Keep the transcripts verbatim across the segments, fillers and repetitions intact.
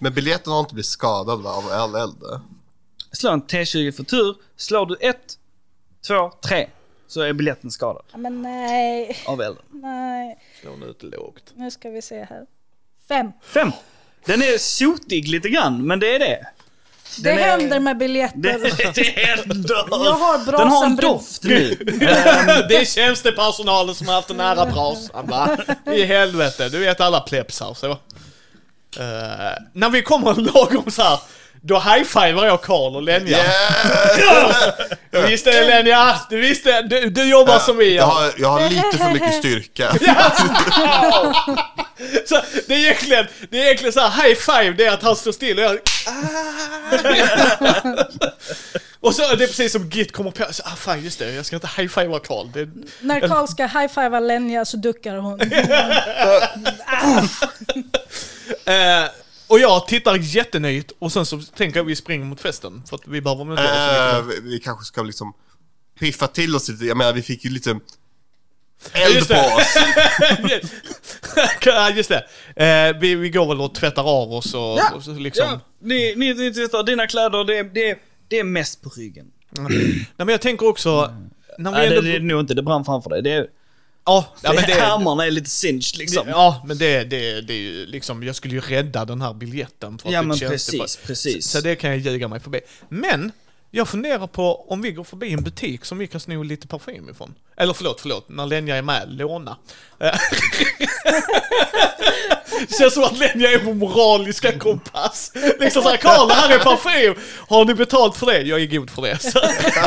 Men biljetten har inte blivit skadad va, av all eld. Slå en T tjugo för tur. Slår du ett, två, tre så är biljetten skadad. Ja, men nej. Av elden. Nej. Slår nu ut lågt. Nu ska vi se här. Fem. Fem. Den är sotig lite grann, men det är det. Det Den händer är... med biljetter. Det, det händer. Jag har bra Den har en sambruk. doft nu. Det är tjänstepersonalen som har haft en nära bras. Han bara, i helvete, du vet alla plebsar så. Uh, när vi kommer lagom så här, då high-fivar jag Carl och Lenja. Yeah! Du visste det, Lenja, du visste, du, du jobbar som vi jag gör. har, jag har lite för mycket styrka. Så det är egentligen, det är egentligen så här, high five, det är att han står still och jag... Och så är det precis som Git kommer på, så, ah fan just det, jag ska inte high-fivea Carl. Det... När Carl ska high-fivea Lenja så duckar hon. uh, och jag tittar jättenöjt och sen så tänker jag att vi springer mot festen för att vi behöver inte uh, vi, vi kanske ska liksom piffa till oss lite. Jag menar, vi fick ju lite eld på oss. Ja, just det. Uh, vi, vi går väl och tvättar av oss och, Ja, och så liksom... ja. Ni, ni, ni tvättar dina kläder, det, det, det är mest på ryggen. Mm. Nej, men jag tänker också... När vi Nej, ändå... det, det är nog inte det brann framför dig. Det är, Ja, ja det, men det, härmarna är lite singed liksom. ja, men det, det, det är ju liksom, jag skulle ju rädda den här biljetten för att Ja, det men känns precis, det precis. Så, så det kan jag ljuga mig förbi. Men jag funderar på om vi går förbi en butik som vi kan sno lite parfym ifrån. Eller förlåt, förlåt, när Lenja är med, låna. Det känns som att Lenja är på moraliska kompass. Liksom såhär, Carl, det här är parfym. Har ni betalt för det? Jag är god för det. Så,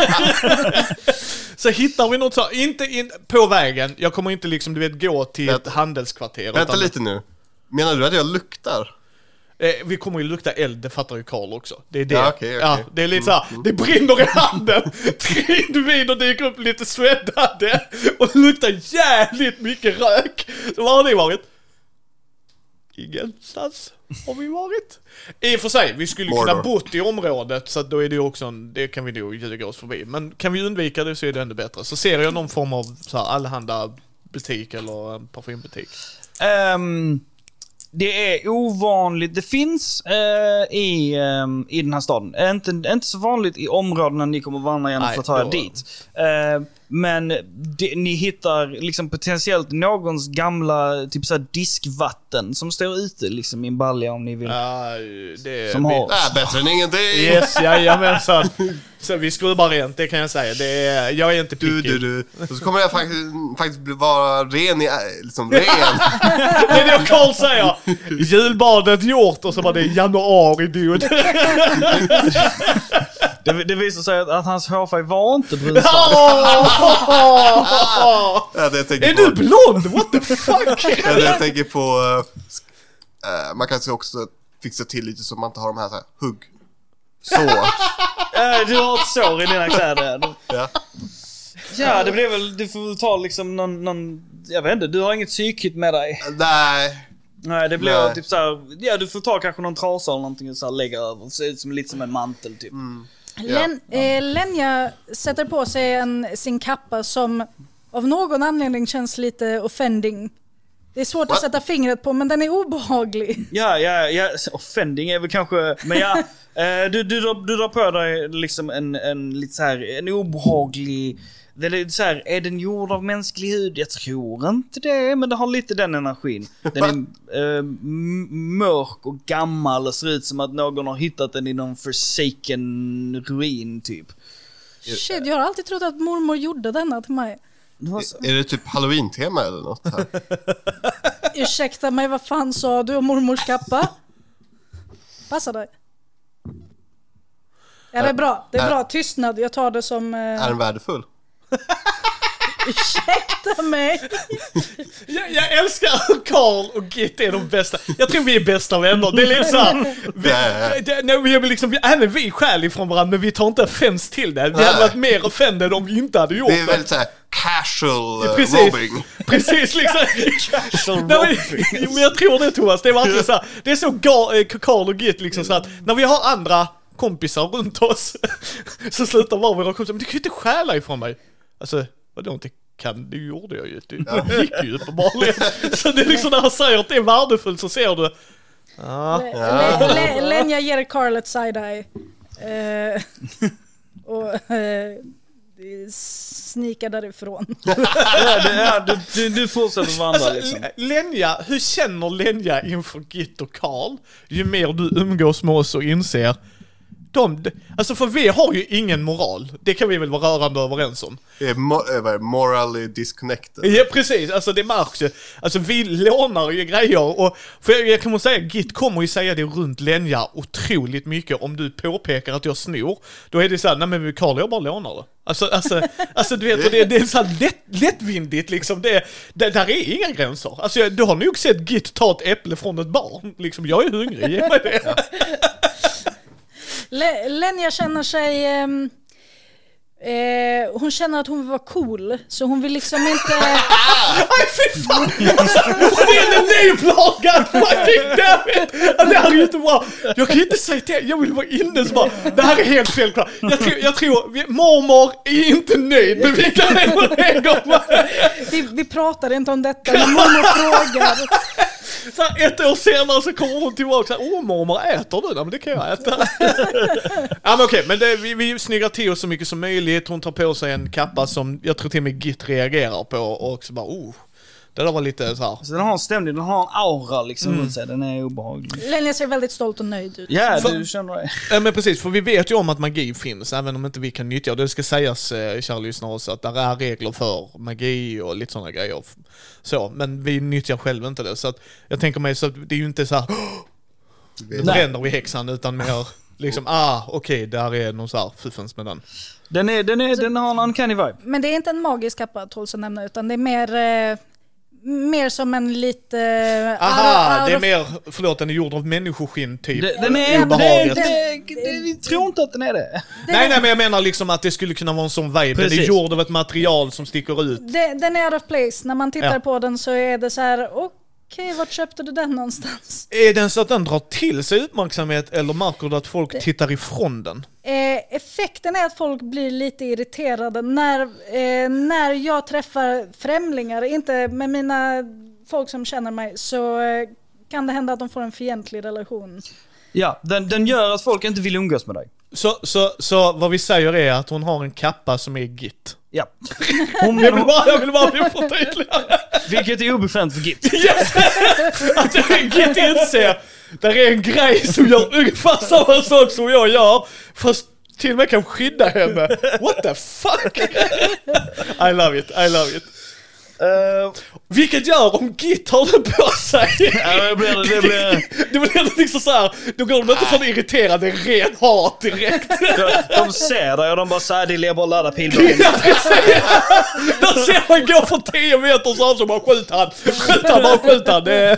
så hittar vi något så, inte in, på vägen. Jag kommer inte liksom, du vet, gå till ett handelskvarter. Vänta utan, lite nu. Menar du att jag luktar? Eh, vi kommer ju lukta eld, det fattar ju Carl också. Det är det. Ja, okay, okay. Ja, det är lite såhär, det brinner i handen. Tre individer dyker upp lite sveddade och det luktar jävligt mycket rök. Så vad har ni varit? Ingenstans har vi varit. I och för sig, vi skulle Mordor. kunna bott i området, så då är det ju också en, det kan vi nog ljuga oss förbi. Men kan vi undvika det så är det ändå bättre. Så ser jag någon form av så här, allehanda butik eller en parfymbutik. Um, det är ovanligt. Det finns uh, i, um, i den här staden. Är inte, inte så vanligt i områdena ni kommer vandra genom för att ta er dit. Uh, men det, ni hittar liksom potentiellt någons gamla typ så här diskvatten som står ute liksom i en balja om ni vill. Ja, det som har... Äh, bättre än ingenting. Yes, jajamensan. Så vi skrubbar rent, det kan jag säga. Det är, jag är inte picky. Du, du, du. Och så kommer jag faktiskt, faktiskt vara ren i, liksom ren. Det är det Carl säger. Julbadet gjort och så var det januari, dude. Det, det visar sig att, att hans hårfärg var inte brunsvart. Ja, det jag tänker Är på, du blond? What the fuck? ja, det jag tänker på uh, man kan också fixa till lite så man inte har de här, så här hugg. Så. Äh, du har ett sår i dina kläder. Ja. Ja, det blir väl, du får väl ta liksom någon, någon jag vet inte, du har inget psykigt med dig. Nej. Nej, det blir Nej. typ så här, ja, du får ta kanske någon trasa eller någonting och så här lägga över, ser ut som lite som en mantel typ. Mm. Len, eh, Lenja sätter på sig en, sin kappa som av någon anledning känns lite offending. Det är svårt What? att sätta fingret på, men den är obehaglig. Ja, ja, ja, offending är väl kanske, men ja, eh, du, du, drar, du drar på dig liksom en, en lite så här, en obehaglig, det är så här, är den gjord av mänsklig hud? Jag tror inte det, men det har lite den energin. Den är eh, m- mörk och gammal och ser ut som att någon har hittat den i någon forsaken ruin typ. Shit, jag har alltid trott att mormor gjorde denna till mig. Det var så. Är det typ Halloween-tema eller något här? Ursäkta mig, vad fan sa du om mormors kappa? Passa dig. Ja, det är bra. Det är bra. Tystnad. Jag tar det som... Eh... Är den värdefull? Ursäkta mig. Jag, jag älskar hur Carl och Git är de bästa. Jag tror vi är bästa vänner. Det är liksom så här, vi, det, nej, vi är liksom, vi, även vi skäl ifrån varandra, men vi tar inte offens till det. Vi hade varit mer offended om vi inte hade gjort det. Det är väldigt så här casual uh, Precis. robbing. Precis, liksom. Casual Nej, robbing. men, men jag tror det, Thomas. Det är verkligen så här, det är så ga, eh, Carl och Git liksom så att när vi har andra kompisar runt oss så slutar var våra kompisar, men du kan ju inte stjäla ifrån mig. Alltså, vadå inte kan, det gjorde jag ju. Det gick ju uppenbarligen. Så det är liksom när han säger att det är värdefullt så ser du, Ja. Le- Le- Le- Lenja ger Carl ett side-eye. Eh, och eh, snikar därifrån. Ja, det, ja, du, du, du fortsätter vandra Alltså, liksom. Lenja, hur känner Lenja inför Git och Carl? Ju mer du umgås med oss och inser de, alltså för vi har ju ingen moral. Det kan vi väl vara rörande överens om. Det är mo- är morally disconnected. Ja, precis. Alltså det märks ju. Alltså vi lånar ju grejer och för jag, jag kan måste säga, Git kommer ju säga det runt Lenja otroligt mycket om du påpekar att jag snor. Då är det så här, nej men Carl, jag bara lånar det. Alltså, alltså, alltså du vet, det, det är så här lätt, lättvindigt liksom. Det, det, där är inga gränser. Alltså jag, du har nog sett Git ta ett äpple från ett barn. Liksom, jag är hungrig, ge mig det. Ja. Le- Lenja känner sig... ehm, eh, hon känner att hon vill vara cool, så hon vill liksom inte... Aj fy fan! Alltså, hon är en nyplagad fucking damn it! Det här är ju inte bra. Jag kan inte säga till, jag vill vara inne så bara, det här är helt fel klart. Jag tror, jag tror vi, mormor är inte nöjd med vilka är vi, vi pratar inte om detta, men mormor frågar. Så här, ett år senare så kommer hon tillbaka och säger, åh mormor, äter du? Ja, men det kan jag äta. Ja men okej, men det, vi, vi snyggar till oss så mycket som möjligt. Hon tar på sig en kappa som jag tror till och med Git reagerar på och så bara, oh, det där var lite så här. Så den har en stämning, den har en aura liksom mm. sig. Den är obehaglig. Lenja ser väldigt stolt och nöjd ut. Ja, för, du känner det. Ja men precis, för vi vet ju om att magi finns, även om inte vi kan nyttja. Och det ska sägas, eh, kära lyssnare också, att där är regler för magi och lite sådana grejer. Så, men vi nyttjar själva inte det. Så att jag tänker mig, så att det är ju inte så här, nu bränner vi häxan, utan mer liksom, ah, okej, okay, där är någon så här fuffens med den. Den, är, den, är, så, den har en uncanny vibe. Men det är inte en magisk kappa, tåls att nämna, utan det är mer... Eh, mer som en lite... Aha, out, det är mer, förlåt, den är gjord av människoskinn typ. Det, den är, det, det, det, det, vi tror inte att den är det. det nej, nej, men jag menar liksom att det skulle kunna vara en sån vibe. Precis. Den är gjord av ett material som sticker ut. Det, den är out of place. När man tittar ja. på den så är det så här, okej, okay, vart köpte du den någonstans? Är den så att den drar till sig uppmärksamhet eller märker du att folk det, tittar ifrån den? Eh, effekten är att folk blir lite irriterade när, eh, när jag träffar främlingar, inte med mina folk som känner mig, så eh, kan det hända att de får en fientlig relation. Ja, den, den gör att folk inte vill umgås med dig. Så, så, så vad vi säger är att hon har en kappa som är Git. Ja. Hon, jag vill bara, jag vill bara bli förtydlig. Vilket är obekvämt för Git. Yes! Att Git inser, där är en grej som gör ungefär samma sak som jag gör, fast till och med kan skydda henne. What the fuck? I love it, I love it. Uh, Vilket gör om Git har den på sig. Ja, det blir det, det blir det blir liksom så här. Då går de inte från irriterad, det är ren hat direkt. De, de ser dig och de bara säger det är bara ladda pilbågen. Då ser man gå från tio meter så här, så bara skjut han. Skjut han, bara skjut han. Det...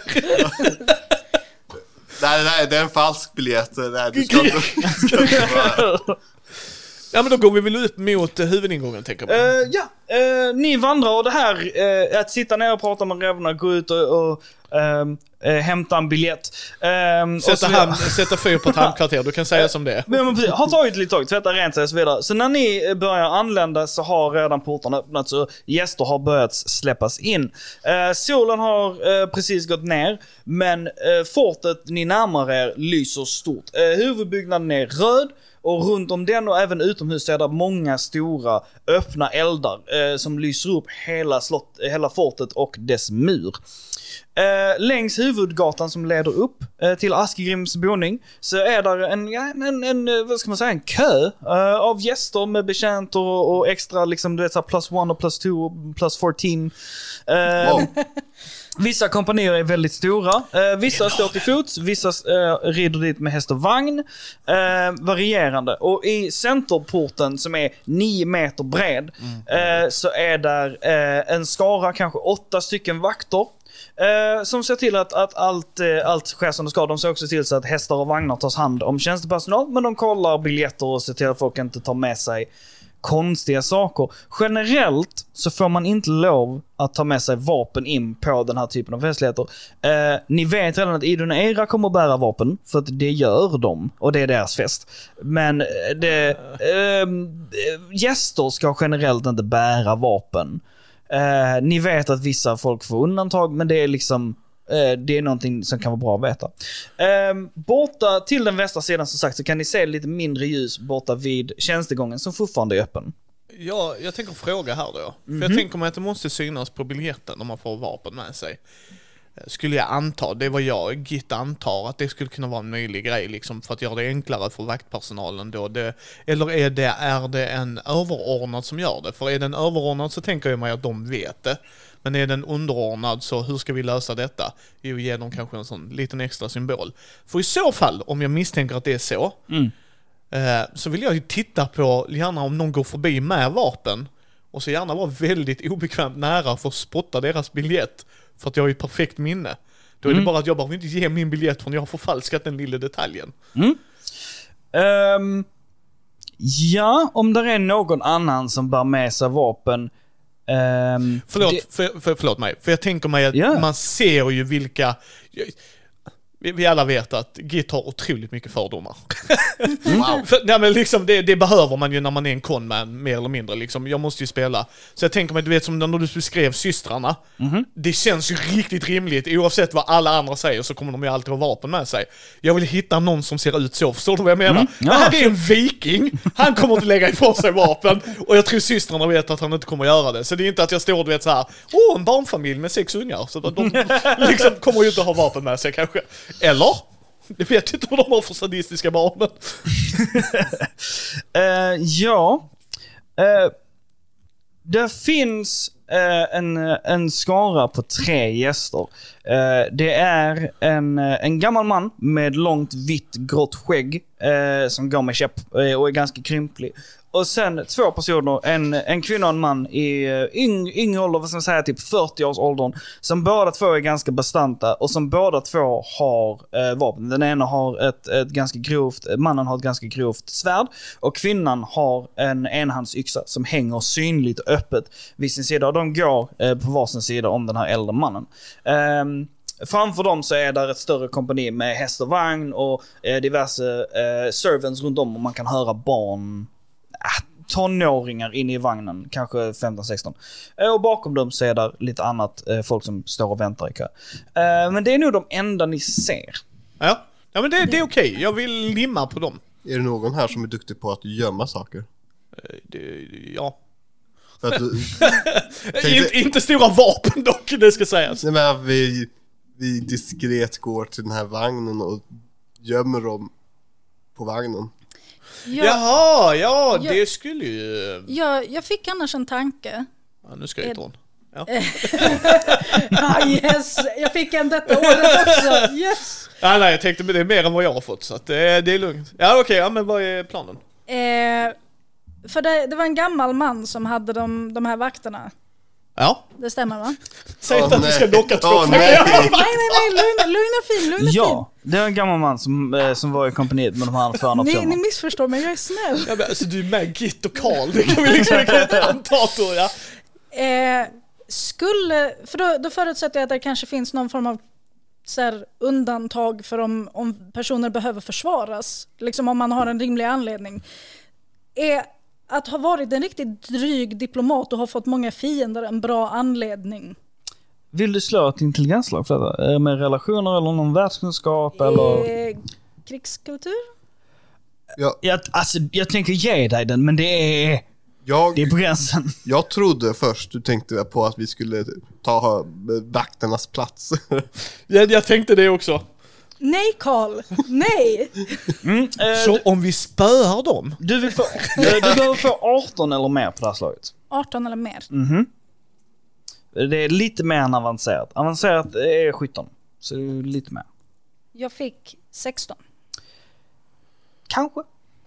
Nej, nej, det är en falsk biljett. Nej, du ska inte, du ska inte vara... Ja, men då går vi väl ut mot huvudingången, tänker man. Uh, ja, uh, ni vandrar och det här uh, att sitta ner och prata med rävarna, gå ut och, och um, uh, hämta en biljett. Um, sätta, och så, ham, sätta fyr på ett hamnkvarter, du kan säga som det är. Men, men, har tagit lite tag, tvätta rent sig och så vidare. Så när ni börjar anlända så har redan portarna öppnats och gäster har börjat släppas in. Uh, solen har uh, precis gått ner, men uh, fortet ni närmar er lyser stort. Uh, huvudbyggnaden är röd. Och runt om den och även utomhus är det många stora öppna eldar eh, som lyser upp hela, slott, hela fortet och dess mur. Eh, längs huvudgatan som leder upp eh, till Askegrims boning så är där en, en, en, en, vad ska man säga, en kö eh, av gäster med betjänter och, och extra liksom, du vet, så plus one och plus two och plus fourteen. Eh, wow. Vissa kompanier är väldigt stora. Eh, vissa står till fots, vissa eh, rider dit med häst och vagn. Eh, varierande. Och i centerporten som är nio meter bred mm. eh, så är där eh, en skara, kanske åtta stycken vakter. Eh, som ser till att, att allt, eh, allt sker som det ska. De ser också till så att hästar och vagnar tas hand om tjänstepersonal. Men de kollar biljetter och ser till att folk inte tar med sig konstiga saker. Generellt så får man inte lov att ta med sig vapen in på den här typen av festligheter. Eh, ni vet redan att Idun Era kommer att bära vapen, för att det gör de, och det är deras fest. Men det, eh, gäster ska generellt inte bära vapen. Eh, ni vet att vissa folk får undantag, men det är liksom Eh, det är någonting som kan vara bra att veta. Eh, borta till den västra sidan som sagt så kan ni se lite mindre ljus borta vid tjänstegången som fortfarande är öppen. Ja, jag tänker fråga här då. Mm-hmm. För jag tänker mig att det måste synas på biljetten om man får vapen med sig. Skulle jag anta, det var jag, Git antar att det skulle kunna vara en möjlig grej liksom, för att göra det enklare för vaktpersonalen då. Det, eller är det, är det en överordnad som gör det? För är den överordnad så tänker jag mig att de vet det. Men är den underordnad så hur ska vi lösa detta? Jo, ge dem kanske en sån liten extra symbol. För i så fall, om jag misstänker att det är så, mm. eh, så vill jag ju titta på gärna om någon går förbi med vapen och så gärna vara väldigt obekvämt nära för att spotta deras biljett. För att jag har ju perfekt minne. Då är mm. det bara att jag bara vill inte ge min biljett för jag har förfalskat den lilla detaljen. Mm. Um, ja, om det är någon annan som bär med sig vapen. Um, förlåt, det... för, för, förlåt mig. För jag tänker mig att yeah. man ser ju vilka... Vi, vi alla vet att Git har otroligt mycket fördomar. Wow. För, ja, men liksom, det, det behöver man ju när man är en conman, mer eller mindre. Liksom. Jag måste ju spela. Så jag tänker mig, du vet som när du beskrev systrarna. Mm-hmm. Det känns ju riktigt rimligt. Oavsett vad alla andra säger så kommer de ju alltid ha vapen med sig. Jag vill hitta någon som ser ut så. Förstår du vad jag menar? Mm. Ja, det här är en viking. Han kommer inte lägga ifrån sig vapen. Och jag tror systrarna vet att han inte kommer göra det. Så det är inte att jag står och vet så här. Åh, en barnfamilj med sex ungar. Så de liksom kommer ju inte ha vapen med sig kanske. Eller? Det vet inte vad de har för sadistiska barn. uh, ja. Uh, det finns uh, en, en skara på tre gäster. Uh, det är en, en gammal man med långt vitt grått skägg uh, som går med käpp uh, och är ganska krymplig. Och sen två personer, en, en kvinna och en man i yng, yngre ålder, vad ska man säga, typ fyrtio-årsåldern, som båda två är ganska bastanta och som båda två har eh, vapen. Den ena har ett, ett ganska grovt, mannen har ett ganska grovt svärd och kvinnan har en enhandsyxa som hänger synligt öppet vid sin sida och de går eh, på varsin sida om den här äldre mannen. Um, Framför dem så är där ett större kompani med häst och vagn och eh, diverse eh, servants runt om och man kan höra barn, tonåringar inne i vagnen, kanske femton sexton. Och bakom dem så är där lite annat, folk som står och väntar i kö. Men det är nog de enda ni ser. Ja, ja men det, det är okej. Okay. Jag vill limma på dem. Är det någon här som är duktig på att gömma saker? Det, ja. För att du, tänkte, inte, inte stora vapen dock, det ska sägas. Nej, men vi, vi diskret går till den här vagnen och gömmer dem på vagnen. Ja, Jaha, ja, jag, det skulle ju... Ja, jag fick annars en tanke. Ja, nu ska jag inte hon. Ja. ah, yes, jag fick en detta året också. Yes. Ja, nej, jag tänkte det är mer än vad jag har fått, så att det, det är lugnt. Ja, okej, okay, ja, men vad är planen? Eh, för det, det var en gammal man som hade de, de här vakterna. Ja. Det stämmer, va? Säg inte oh, att vi ska locka två. Oh, nej. nej, nej, nej, lugn, lugn och fin, lugn och ja, fin. det är en gammal man som, eh, som var i kompaniet med de här andra förarna. Ni, ni missförstår mig, jag är snäll. Ja, men, alltså, du är med Git och Karl, det kan vi liksom inte anta då, ja. Eh, skulle, för då, då förutsätter jag att det kanske finns någon form av så här, undantag för om, om personer behöver försvaras. Liksom om man har en rimlig anledning. Är att ha varit en riktigt dryg diplomat och ha fått många fiender en bra anledning? Vill du slå ett intelligensslag för det? Är det med relationer eller någon världskunskap? Eh, eller? Krigskultur? Ja. Jag, alltså, jag tänker ge dig den, men det är, jag, det är på gränsen. Jag trodde först du tänkte på att vi skulle ta vakternas plats. jag, jag tänkte det också. Nej, Karl. Nej. Mm, eh, så om vi spöar dem? Du, vill få, du behöver få arton eller mer på det här slaget. arton eller mer? Mhm. Det är lite mer än avancerat. Avancerat är sjutton. Så det är lite mer. Jag fick sexton. Kanske.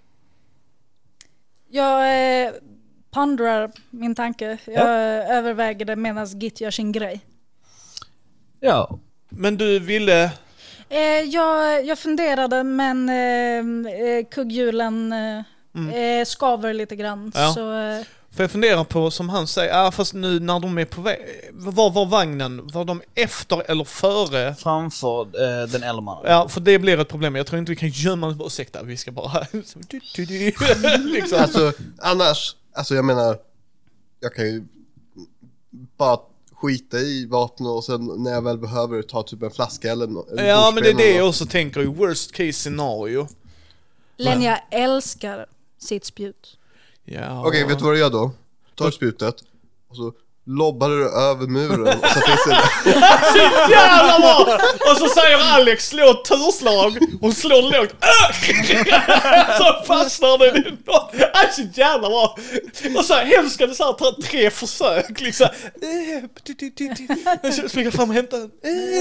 Jag eh, pondrar min tanke. Jag ja. överväger det medan Git gör sin grej. Ja. Men du ville... Eh, jag, jag funderade, men eh, kugghjulen eh, mm. skaver lite grann. Ja. Så... Eh, För jag funderar på, som han säger, ah, fast nu när de är på väg, var var vagnen? Var de efter eller före? Framför eh, den äldre mannen. Ja, för det blir ett problem. Jag tror inte vi kan gömma oss. Ursäkta, vi ska bara... liksom. Alltså, annars, alltså jag menar, jag kan ju bara skita i vapen och sen när jag väl behöver ta typ en flaska eller något. Ja, men det är det jag också tänker i worst case scenario. Lenja älskar sitt spjut. Ja. Okej, okay, vet du vad du gör då? Tar spjutet och så lobbar du över muren och så finns det... Så jävla bra! Och så säger Alex, slå ett turslag. Hon slår lågt. Så fastnar det i något. Det är så jävla bra. Och så helst ska det så här ta tre försök. Liksom. Jag ska springa fram och hämta den.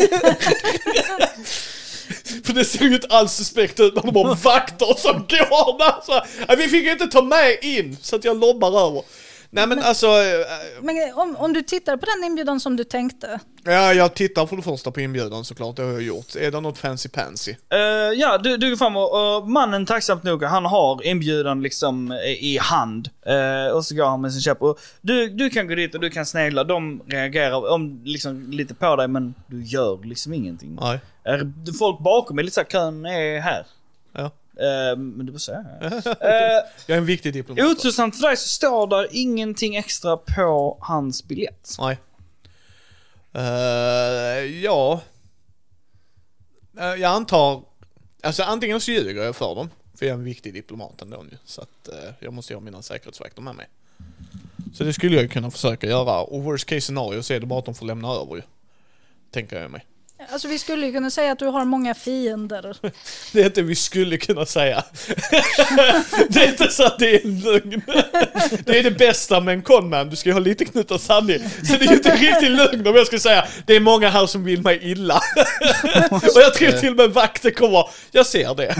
För det ser ju inte alls suspekt ut när de har vakter som går där. Så, vi fick inte ta med in så att jag lobbar över. Nej men, men alltså... Äh, men om, om du tittar på den inbjudan som du tänkte. Ja, jag tittar för det första på inbjudan såklart, det har jag gjort. Är det något fancy pansy? Uh, ja, du, du går fram och uh, mannen tacksamt nog, han har inbjudan liksom i hand. Uh, och så går han med sin käpp. Och du, du kan gå dit och du kan snegla. De reagerar om, liksom, lite på dig, men du gör liksom ingenting. Nej. Uh, folk bakom mig, lite såhär, kön är här. Ja. Uh, men du får säga. Uh, jag är en viktig diplomat. Otursamt för dig så står där ingenting extra på hans biljett. Nej. Uh, ja. Uh, jag antar... Alltså antingen så ljuger jag för dem. För jag är en viktig diplomat ändå nu. Så att uh, jag måste ha mina säkerhetsvakter med mig. Så det skulle jag kunna försöka göra. Och worst case scenario så är det bara att de får lämna över ju. Tänker jag mig. Alltså vi skulle ju kunna säga att du har många fiender. Det är inte vi skulle kunna säga. Det är inte så att det är en lögn. Det är det bästa med en conman. Du ska ju ha lite knut av sanning. Så det är ju inte riktigt lögn om jag ska säga det är många här som vill mig illa. Och jag tror till och med vakter kommer. Jag ser det.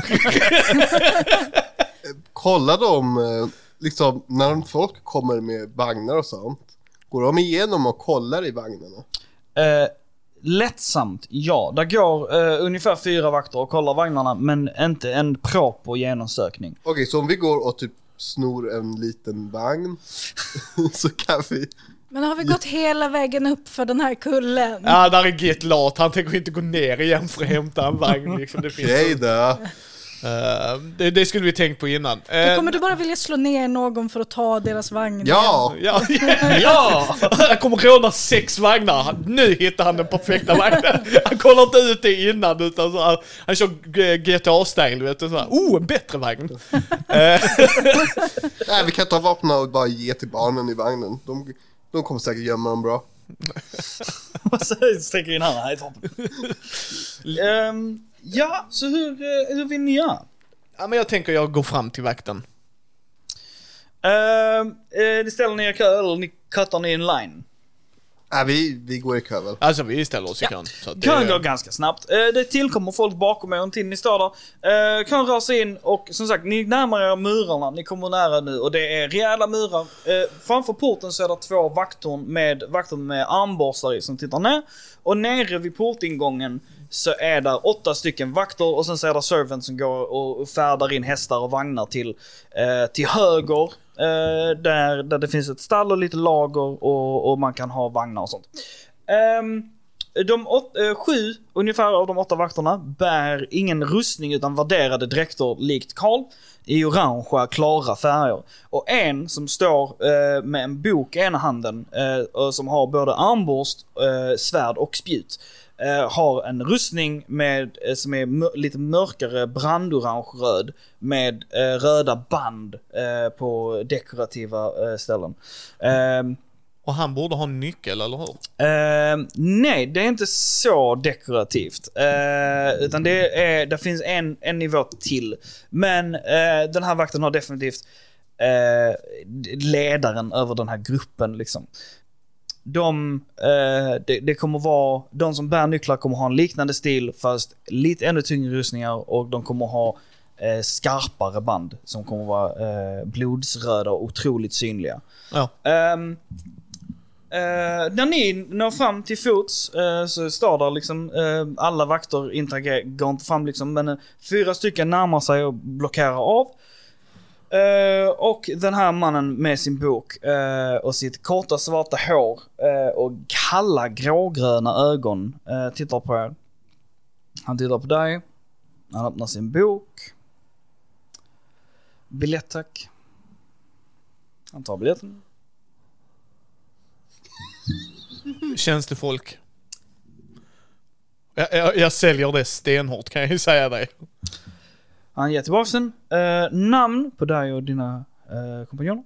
Kolla de, liksom, när folk kommer med vagnar och sånt. Går de igenom och kollar i vagnarna? Eh... Lättsamt, ja. Där går uh, ungefär fyra vakter och kollar vagnarna, men inte en proper genomsökning. Okej, okay, så om vi går och typ snor en liten vagn så kan vi... Men har vi gått hela vägen upp för den här kullen? Ja, där är Git lat. Han tänker inte gå ner igen för att hämta en vagn. Liksom. Det finns Okej då. Uh, det, det skulle vi tänkt på innan. Uh, Då kommer du bara vilja slå ner någon för att ta deras vagn. Ja! Ja! Ja! Han kommer råna sex vagnar. Nu hittar han den perfekta vagnen. Han kollar inte ut det innan utan så han, han kör G T A-style, vet du, så här, oh, en bättre vagn. Nej, vi kan ta vapna och bara ge till barnen i vagnen. De, de kommer säkert gömma dem bra. Vad säger du? Sticker in här. um, Ja, så hur, hur vill ni göra? Ja, men jag tänker jag går fram till vakten. Uh, uh, ni ställer ner i kö eller ni cuttar ner en line? Nej, vi, vi går i kö väl. Alltså vi ställer oss i ja. kön. Så att Kön det... går ganska snabbt. Uh, det tillkommer folk bakom er och till ni står där. Uh, kön rör sig in och som sagt, ni närmar er murarna. Ni kommer nära nu och det är rejäla murar. Uh, framför porten så är det två vaktorn med, vaktorn med armborstar i som tittar ner. Och nere vid portingången så är där åtta stycken vakter och sen så är det servants som går och färdar in hästar och vagnar till, eh, till höger eh, där, där det finns ett stall och lite lager och, och man kan ha vagnar och sånt. Um, de åt, eh, sju ungefär av de åtta vakterna bär ingen rustning utan värderade dräkter likt Karl i orangea klara färger. Och en som står eh, med en bok i ena handen eh, och som har både armborst, eh, svärd och spjut. Uh, har en rustning med, uh, som är mör- lite mörkare brandorange-röd med uh, röda band uh, på dekorativa uh, ställen. Uh, Och han borde ha en nyckel, eller hur? Uh, nej, det är inte så dekorativt. Uh, utan det, är, det finns en, en nivå till. Men uh, den här vakten har definitivt uh, ledaren över den här gruppen liksom. De, eh, det, det kommer vara, de som bär nycklar kommer ha en liknande stil fast lite ännu tyngre rustningar och de kommer ha eh, skarpare band som kommer vara eh, blodsröda och otroligt synliga. Ja. Um, Uh, när ni når fram till fots uh, så står där liksom uh, alla vakter interagerar, går inte fram liksom, men uh, fyra stycken närmar sig och blockerar av. Uh, och den här mannen med sin bok uh, och sitt korta svarta hår uh, och kalla grågröna ögon uh, tittar på er. Han tittar på dig. Han öppnar sin bok. Biljett tack. Han tar biljetten. tjänstefolk. Jag, jag, jag säljer det stenhårt, kan jag ju säga dig. Han ger tillbaka sen. Uh, namn på dig och dina uh, kompanjoner.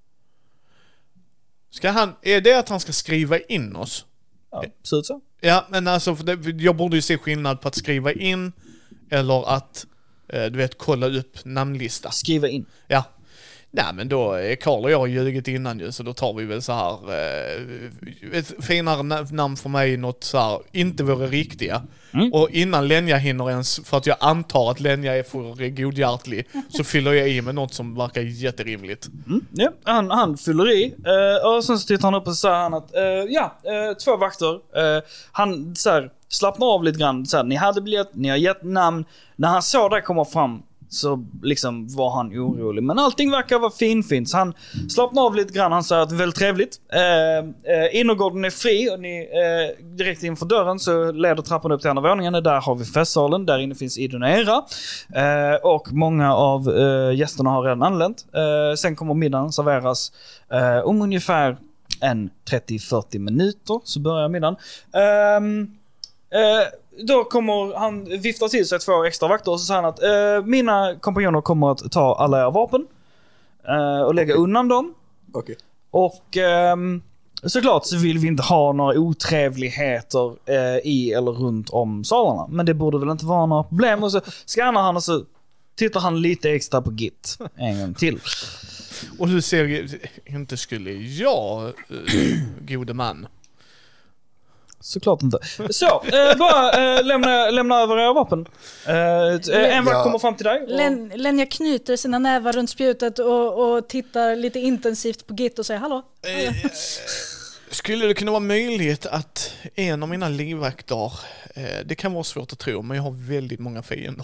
Ska han, är det att han ska skriva in oss? Ja, ser ut så. Ja, men alltså, för det, jag borde ju se skillnad på att skriva in eller att, eh, du vet, kolla upp namnlista. Skriva in. Ja. Nej, men då är Carl och jag har ljugit innan ju, så då tar vi väl så här eh, ett finare namn för mig, något så här, inte våra riktiga. Mm. Och innan Lenja hinner ens, för att jag antar att Lenja är för godhjärtlig, så fyller jag i med något som verkar jätterimligt. Mm. Ja, han, han fyller i uh, och sen så tittar han upp och säger han att uh, ja, uh, två vakter. Uh, han så här, slappnar av lite grann. Så här, ni hade biljett, ni har gett namn. När han såg det komma fram så liksom var han orolig. Men allting verkar vara finfint. Så han slappnar av lite grann. Han säger att det är väldigt trevligt. Eh, eh, innergården är fri. Och ni, eh, direkt inför dörren så leder trappan upp till andra våningen. Där har vi festsalen. Där inne finns Idun och Era. Eh, och många av eh, gästerna har redan anlänt. Eh, sen kommer middagen serveras eh, om ungefär en trettio till fyrtio minuter. Så börjar middagen. Eh, eh, Då kommer han vifta till sig två extra vakter och så säger han att eh, mina kompanjoner kommer att ta alla era vapen eh, och lägga undan dem. Okay. Och eh, såklart så vill vi inte ha några otrevligheter eh, i eller runt om salarna. Men det borde väl inte vara några problem. Och så skannar han och så tittar han lite extra på Git en gång till. Och du ser, inte skulle jag, äh, gode man. Såklart inte. Så, eh, bara eh, lämna, lämna över era vapen. Eh, en vakt ja. kommer fram till dig. Och... Len, Lenja knyter sina nävar runt spjutet och, och tittar lite intensivt på Git och säger hallå. Eh, skulle det kunna vara möjligt att en av mina livvakter, eh, det kan vara svårt att tro, men jag har väldigt många fiender.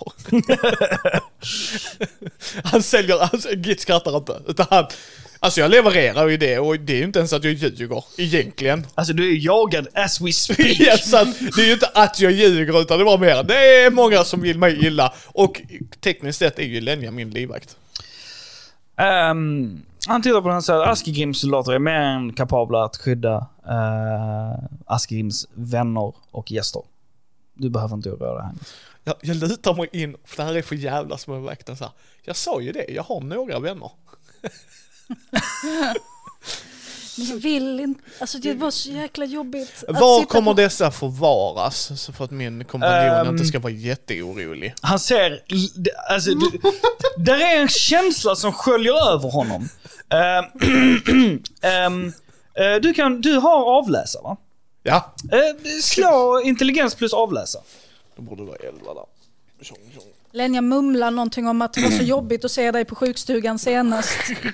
Han säljer, alltså, Git skrattar inte, utan han, alltså jag levererar ju det, och det är ju inte ens att jag ljuger egentligen. Alltså du är jagad as we speak. Yes, att det är ju inte att jag ljuger, utan det var mer, det är många som vill mig illa, och tekniskt sett är ju Lenja min livvakt. Um, han tittar på den och säger att Askegrims soldater är mer än kapabla att skydda uh, Askegrims vänner och gäster. Du behöver inte oroa dig här. Jag, jag lutar mig in, för det här är för jävla små vakten så här. Jag sa ju det, jag har några vänner. Men jag vill inte, alltså det var så jäkla jobbigt. Var kommer på... dessa förvaras, så för att min kompanjon um, inte ska vara jätteorolig? Han ser, alltså det, där är en känsla som sköljer över honom. Um, um, uh, du kan, du har avläsa, va? Ja. Uh, slå intelligens plus avläsa. Då borde det vara elva där. Lenja mumlar någonting om att det var så jobbigt att se dig på sjukstugan senast.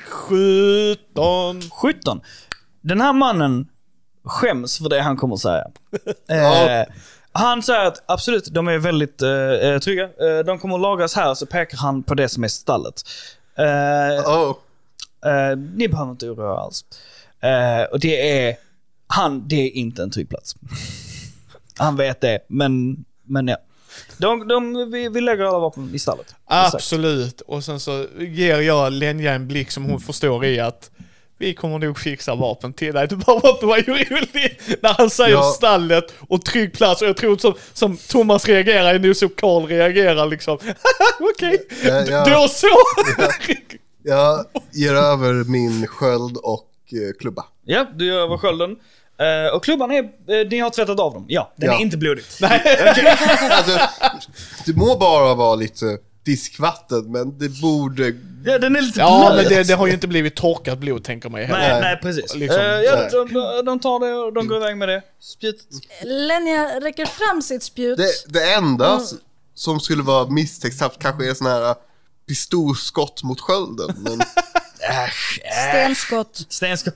sjutton. sjutton. Den här mannen skäms för det han kommer att säga. Ja. eh, han säger att absolut, de är väldigt eh, trygga. Eh, de kommer att lagas här, så pekar han på det som är stallet. Eh, oh. eh, ni behöver inte oroa alls. Eh, och det är han, det är inte en trygg plats. Han vet det, men, men ja. De, de, vi, vi lägger alla vapen i stallet. Absolut. Och sen så ger jag Lenja en blick som hon förstår i att vi kommer nog fixa vapen till dig. Du behöver inte vara orolig när han säger ja. Stallet och trygg plats. Och jag tror som, som Thomas reagerar är nu så Carl reagerar liksom. Okej, okay. ja, ja. Då så. Ja. Jag ger över min sköld och uh, klubba. Ja, du gör över skölden. Uh, och klubban är, uh, ni har tvättat av dem. Ja, den ja. är inte blodig. Nej. Okay. Alltså, det må bara vara lite diskvatten, men det borde... Ja, den är lite ja men det, det har ju inte blivit torkat blod, tänker man. Nej, nej, precis. Liksom, uh, ja, de, de, de tar det och de går iväg med det. Spjutet. Lenja räcker fram sitt spjut. Det, det enda mm. som skulle vara misstänkt kanske är sån här pistolskott mot skölden, men... Äsch, äsch. Stenskott. Stenskott.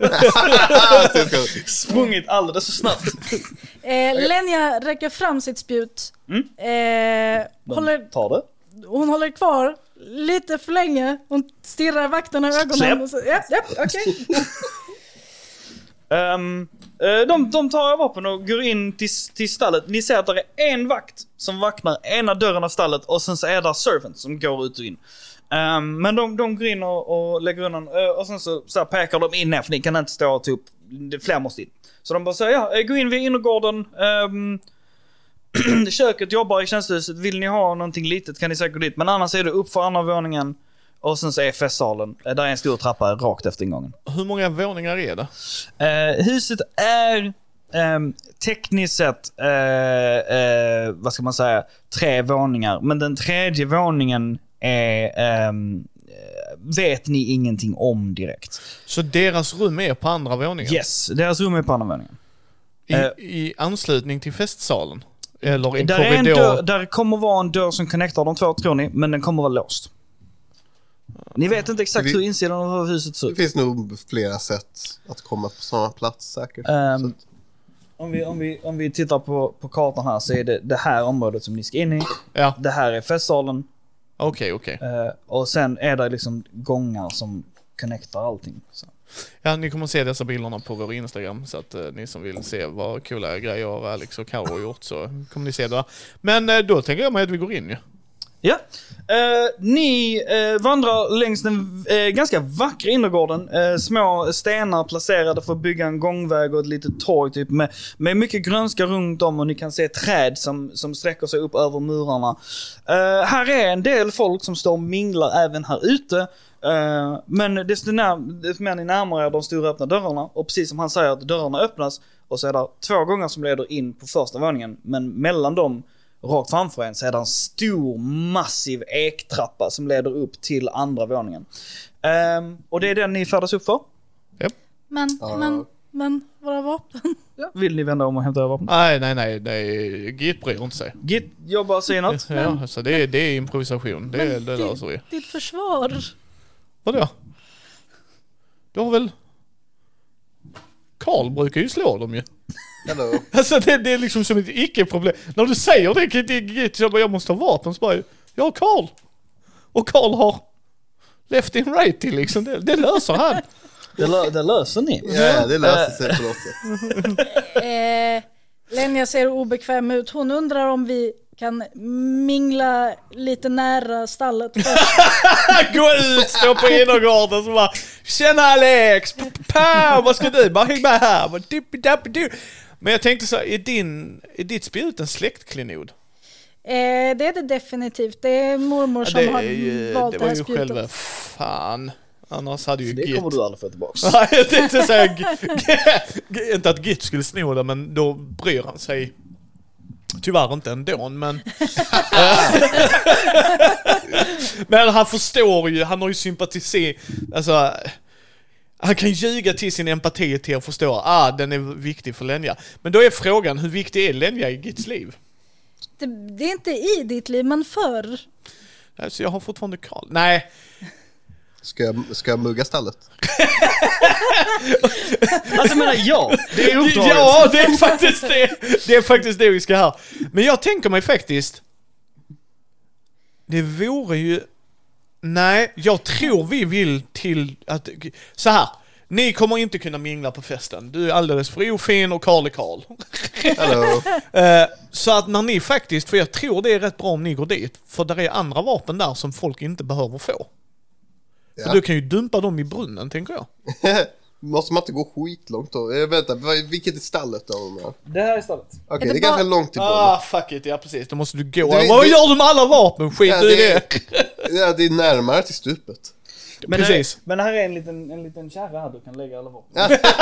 Sprungit alldeles så snabbt. eh, Lenja räcker fram sitt spjut. Mm. Eh, håller, tar det. Hon håller kvar lite för länge. Hon stirrar vakterna i ögonen. Släpp. Och så, ja, ja, okej. Okay. um, de, de tar vapen och går in till, till stallet. Ni ser att det är en vakt som vaknar ena dörren av stallet, och sen så är det servants som går ut och in. Um, men de, de går in och, och lägger undan, uh, och sen så, så här pekar de in här, för ni kan inte stå och ta upp, fler måste in. Så de bara säger, ja, gå in vid innergården. Um, köket jobbar i tjänstehuset. Vill ni ha någonting litet kan ni säkert gå dit. Men annars är det upp för andra våningen. Och sen så är festsalen. Där är en stor trappa rakt efter ingången. Hur många våningar är det? Uh, huset är um, tekniskt sett, uh, uh, vad ska man säga, tre våningar. Men den tredje våningen är... Um, vet ni ingenting om direkt. Så deras rum är på andra våningen? Yes, deras rum är på andra våningen. I, uh, i anslutning till festsalen? Eller i en där korridor? Är en dörr, där kommer vara en dörr som connectar de två, tror ni. Men den kommer vara låst. Ni vet inte exakt vi, hur insidan av huset ser ut. Det finns nog flera sätt att komma på samma plats säkert. Um, att... om, vi, om, vi, om vi tittar på, på kartan här så är det det här området som ni ska in i. Ja. Det här är festsalen. Okej, okay, okej. Okay. Uh, och sen är det liksom gångar som connectar allting. Så. Ja, ni kommer se dessa bilderna på vår Instagram. Så att uh, ni som vill se vad coola grejer Alex och Karo har gjort så kommer ni se det. Men uh, då tänker jag mig att vi går in ju. Ja. Uh, ni uh, vandrar längs den uh, ganska vackra innergården. Uh, små stenar placerade för att bygga en gångväg och ett litet torg typ, med, med mycket grönska runt om. Och ni kan se träd som, som sträcker sig upp över murarna. Uh, här är en del folk som står och minglar även här ute. Uh, men desto, när, desto mer ni närmare är de stora öppna dörrarna. Och precis som han säger att dörrarna öppnas. Och så är det två gånger som leder in på första våningen. Men mellan dem rakt framför en så är det en stor massiv ektrappa som leder upp till andra våningen. Um, och det är den ni färdas upp för. Yep. Men, Ja. men, men våra vapen. Ja. Vill ni vända om och hämta vapen? Nej, nej, nej. nej. Git bryr inte sig. Git jobbar och säger något. Ja, så det är, det är improvisation. Det, Men det löser vi. Ditt försvar. Vadå? Du har väl... Karl brukar ju slå dem ju. Hello. Alltså det, det är liksom som ett icke-problem. När du säger det, Git, Git, jag, bara, jag måste ha vapen, så bara, ja Karl. Och Karl har left in right till liksom. Det, det löser han. Det, lö- det löser ni. Ja, det löser sig på något sätt. eh, Lenja ser obekväm ut. Hon undrar om vi kan mingla lite nära stallet. Gå ut, stå på innergården så bara, tjena Alex, pow, vad ska du? Bara häng med här. Bara, dippi, dappi, du. Men jag tänkte så, är, din, är ditt spjut en släktklenod? Eh, det är det definitivt. Det är mormor som Ja, har det, är ju, valt det det var här ju spjutet. själva, fan. Annars hade ju Det Git... kommer du aldrig få tillbaka. Nej, jag tänkte säga, G- G- inte att Git skulle sno det, men då bryr han sig. Tyvärr inte ändå, men... men han förstår ju, han har ju sympati, alltså... Han kan ljuga till sin empati till att förstå, ah, den är viktig för Lenja. Men då är frågan, hur viktig är Lenja i Gits liv? Det, det är inte i ditt liv, men förr. Alltså jag har fortfarande Karl. Nej. Ska jag, ska jag mugga stallet? Alltså menar jag, det är uppdraget. Ja, det är faktiskt det. Det är faktiskt det vi ska ha. Men jag tänker mig faktiskt, det vore ju... Nej, jag tror vi vill till att... Så här, ni kommer inte kunna mingla på festen. Du är alldeles för ofin och Karl är Karl. Hello. Eh, så att när ni faktiskt, för jag tror det är rätt bra om ni går dit, för där är andra vapen där som folk inte behöver få. Ja. För du kan ju dumpa dem i brunnen, tänker jag. Måste man inte gå skitlångt då? Jag vet inte, vilket är stallet då? Det här är stallet. Okej, Är det det är ganska bara- långt till brunnen. Ah, fuck it, ja precis. Då måste du gå. Det- Vad det- gör du med alla vapen? Skit Ja, du i det, det. ja, det är närmare till stupet. Men Precis. Här, men här är en liten, en liten kärra här du kan lägga alla vapen.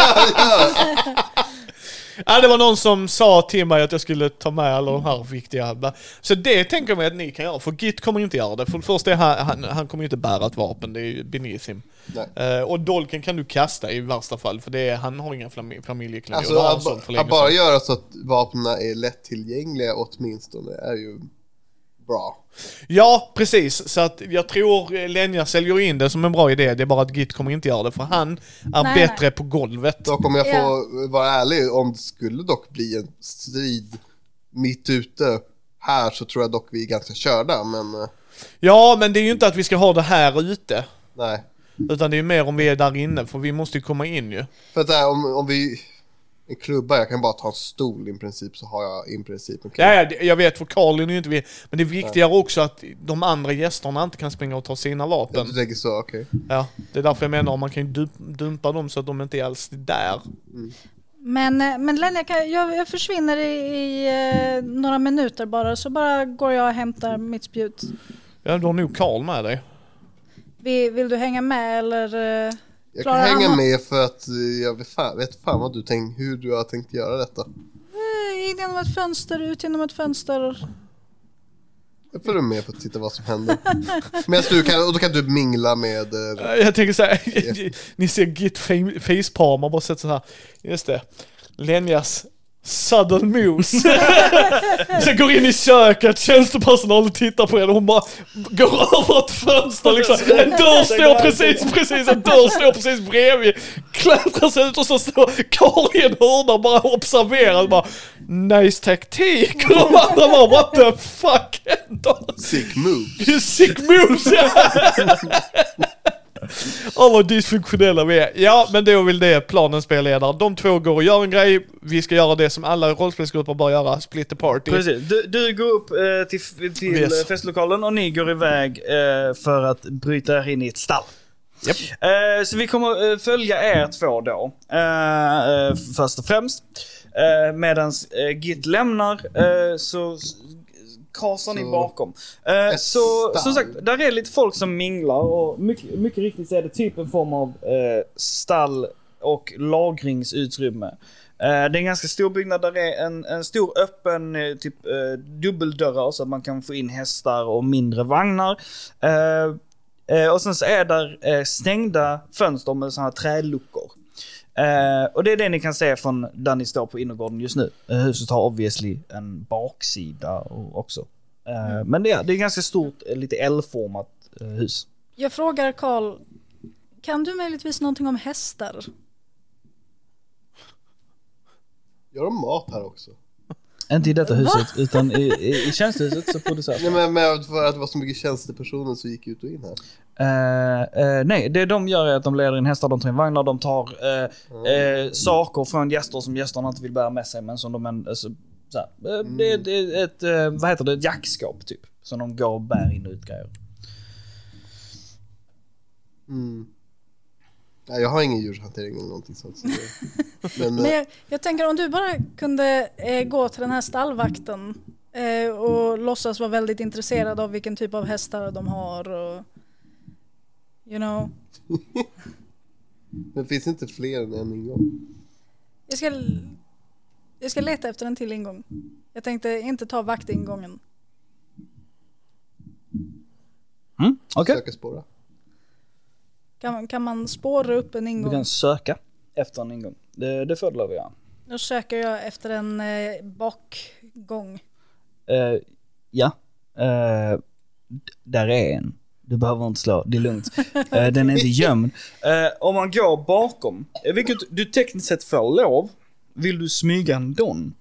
Ja, det var någon som sa till mig att jag skulle ta med alla de här viktiga. Så det tänker jag mig att ni kan göra. För Git kommer inte göra det. För det första är han, han, han kommer inte bära ett vapen. Det är ju beneath him. Uh, och dolken kan du kasta i värsta fall. För det är, han har inga fam- familjekläder. Alltså att, att bara göra så att vapnen är lättillgängliga åtminstone är ju bra. Ja, precis. Så att jag tror Lenja säljer in det som en bra idé. Det är bara att Git kommer inte göra det. För han är Nej, bättre nej. på golvet. Då kommer jag få Ja. vara ärlig, om det skulle dock bli en strid mitt ute här så tror jag dock vi är ganska körda, men eh, Ja, men det är ju inte att vi ska ha det här ute. nej. Utan det är mer om vi är där inne. För vi måste ju komma in ju. För att det här, om, om vi en klubba, jag kan bara ta en stol i princip så har jag i princip en klubba. Ja, ja, det- jag vet, för Karl är ju inte vi. Men det är viktigare också att de andra gästerna inte kan springa och ta sina Ja, vapen. du tänker så, okej. Ja, det är därför jag menar, man kan ju dump- dumpa dem så att de inte är alls där. Men, men Lenny, jag, jag, jag försvinner i, i eh, några minuter bara, så bara går jag och hämtar mitt spjut. Ja, du har nog Karl med dig. Vill, vill du hänga med eller? Eh, jag kan hänga Anna? med för att jag vet fan, vet fan vad du tänk, hur du har tänkt göra detta. Eh, in genom ett fönster, ut genom ett fönster. Jag får du med för att titta vad som händer. Men du kan, och då kan du mingla med... Eh, jag tänker så här, ni ser Git facepalm, man bara sätter så här. Just det. Lenjas sudden moves. Så går in i köket, tjänstepersonalen tittar på er och hon bara går över ett fönster liksom. En dörr står precis, precis, en dörr står precis bredvid. Klättrar sig ut och så står Karl i en hörna och bara observerar och bara nice taktik. Och de andra bara what the fuck händer? Sick moves. Sick moves, ja. Åh, vad dysfunktionella vi är. Ja, men då vill det planen spelledare. De två går och gör en grej. Vi ska göra det som alla rollspelsgrupper bör göra. Split the party. Precis. Du, du går upp eh, till, till yes. festlokalen och ni går iväg eh, för att bryta er in i ett stall. Yep. Eh, så vi kommer eh, följa er två då. Eh, eh, först och främst. Eh, medans eh, Git lämnar eh, så... kasar ni bakom. Eh, så som sagt, där är lite folk som minglar och mycket, mycket riktigt så är det typ en form av eh, stall och lagringsutrymme. Eh, det är en ganska stor byggnad, där är en, en stor öppen eh, typ eh, dubbeldörrar så att man kan få in hästar och mindre vagnar. Eh, eh, och sen så är där eh, stängda fönster med sådana här träluckor. Uh, och det är det ni kan se från där ni står på innergården just nu. Uh, huset har obviously en baksida och också. Uh, mm. Men det är, det är ganska stort, lite L-format uh, hus. Jag frågar Karl, kan du möjligtvis någonting om hästar? Gör de mat här också? Inte i detta huset, Va? utan i, i, i tjänstehuset så produceras. Nej, men med för att det var så mycket tjänstepersoner så gick ut och in här. Uh, uh, nej, det de gör är att de leder in hästar, de tar in vagnar, de tar uh, mm. uh, saker från gäster som gästerna inte vill bära med sig, men som de en, uh, så, så här, uh, mm. det, det är ett, uh, vad heter det, ett jackskåp typ, som de går och bär in och ut grejer. Mm. Nej, jag har ingen djurhantering eller någonting sånt. Så det, men, men jag, jag tänker om du bara kunde eh, gå till den här stallvakten eh, och låtsas vara väldigt intresserad av vilken typ av hästar de har och you know. Men finns inte fler än en ingång? Jag ska, jag ska leta efter en till ingång. Jag tänkte inte ta vaktingången. Mm, okej. Okay. Söka spåra. Kan, kan man spåra upp en ingång? Du kan söka efter en ingång. Det, det får du lov att göra. Då söker jag efter en eh, bakgång. Uh, ja. Uh, d- där är en. Du behöver inte slå, det är lugnt. Uh, den är inte gömd. Uh, om man går bakom, vilket du tekniskt sett får lov, vill du smyga en don?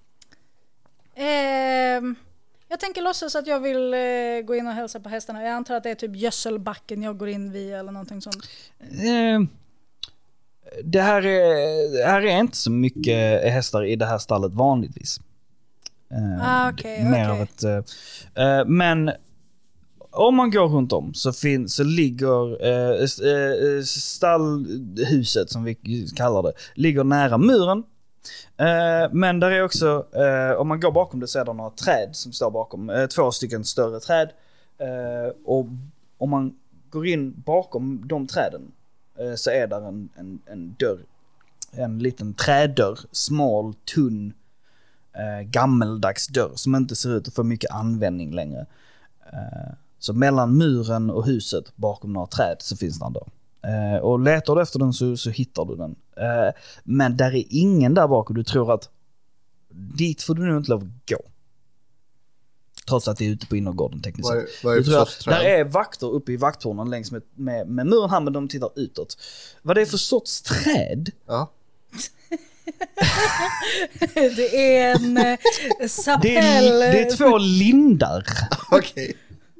Uh, jag tänker låtsas att jag vill uh, gå in och hälsa på hästarna. Jag antar att det är typ gödselbacken jag går in via eller någonting sånt. Uh, det, här är, det här är inte så mycket hästar i det här stallet vanligtvis. Uh, ah, okay, mer okay. av ett, uh, uh, men om man går runt om så, fin- så ligger uh, uh, stallhuset, som vi kallar det, ligger nära muren. Uh, men där är också, uh, om man går bakom det så är det några träd som står bakom, uh, två stycken större träd. Uh, och om man går in bakom de träden uh, så är där en, en, en dörr, en liten trädörr, smal, tunn, uh, gammeldags dörr som inte ser ut att få mycket användning längre. Uh, så mellan muren och huset bakom några träd så finns det en dörr. Uh, och letar du efter den så, så hittar du den. Uh, men där är ingen där bak och du tror att dit får du nog inte lov att gå. Trots att det är ute på innergården tekniskt sett. Vad är det för sorts träd? Där är vakter uppe i vakttornen längs med, med, med muren här, men de tittar utåt. Vad det är för sorts träd? Ja. Det är en eh, sapell. Det är, det är två lindar. Okej.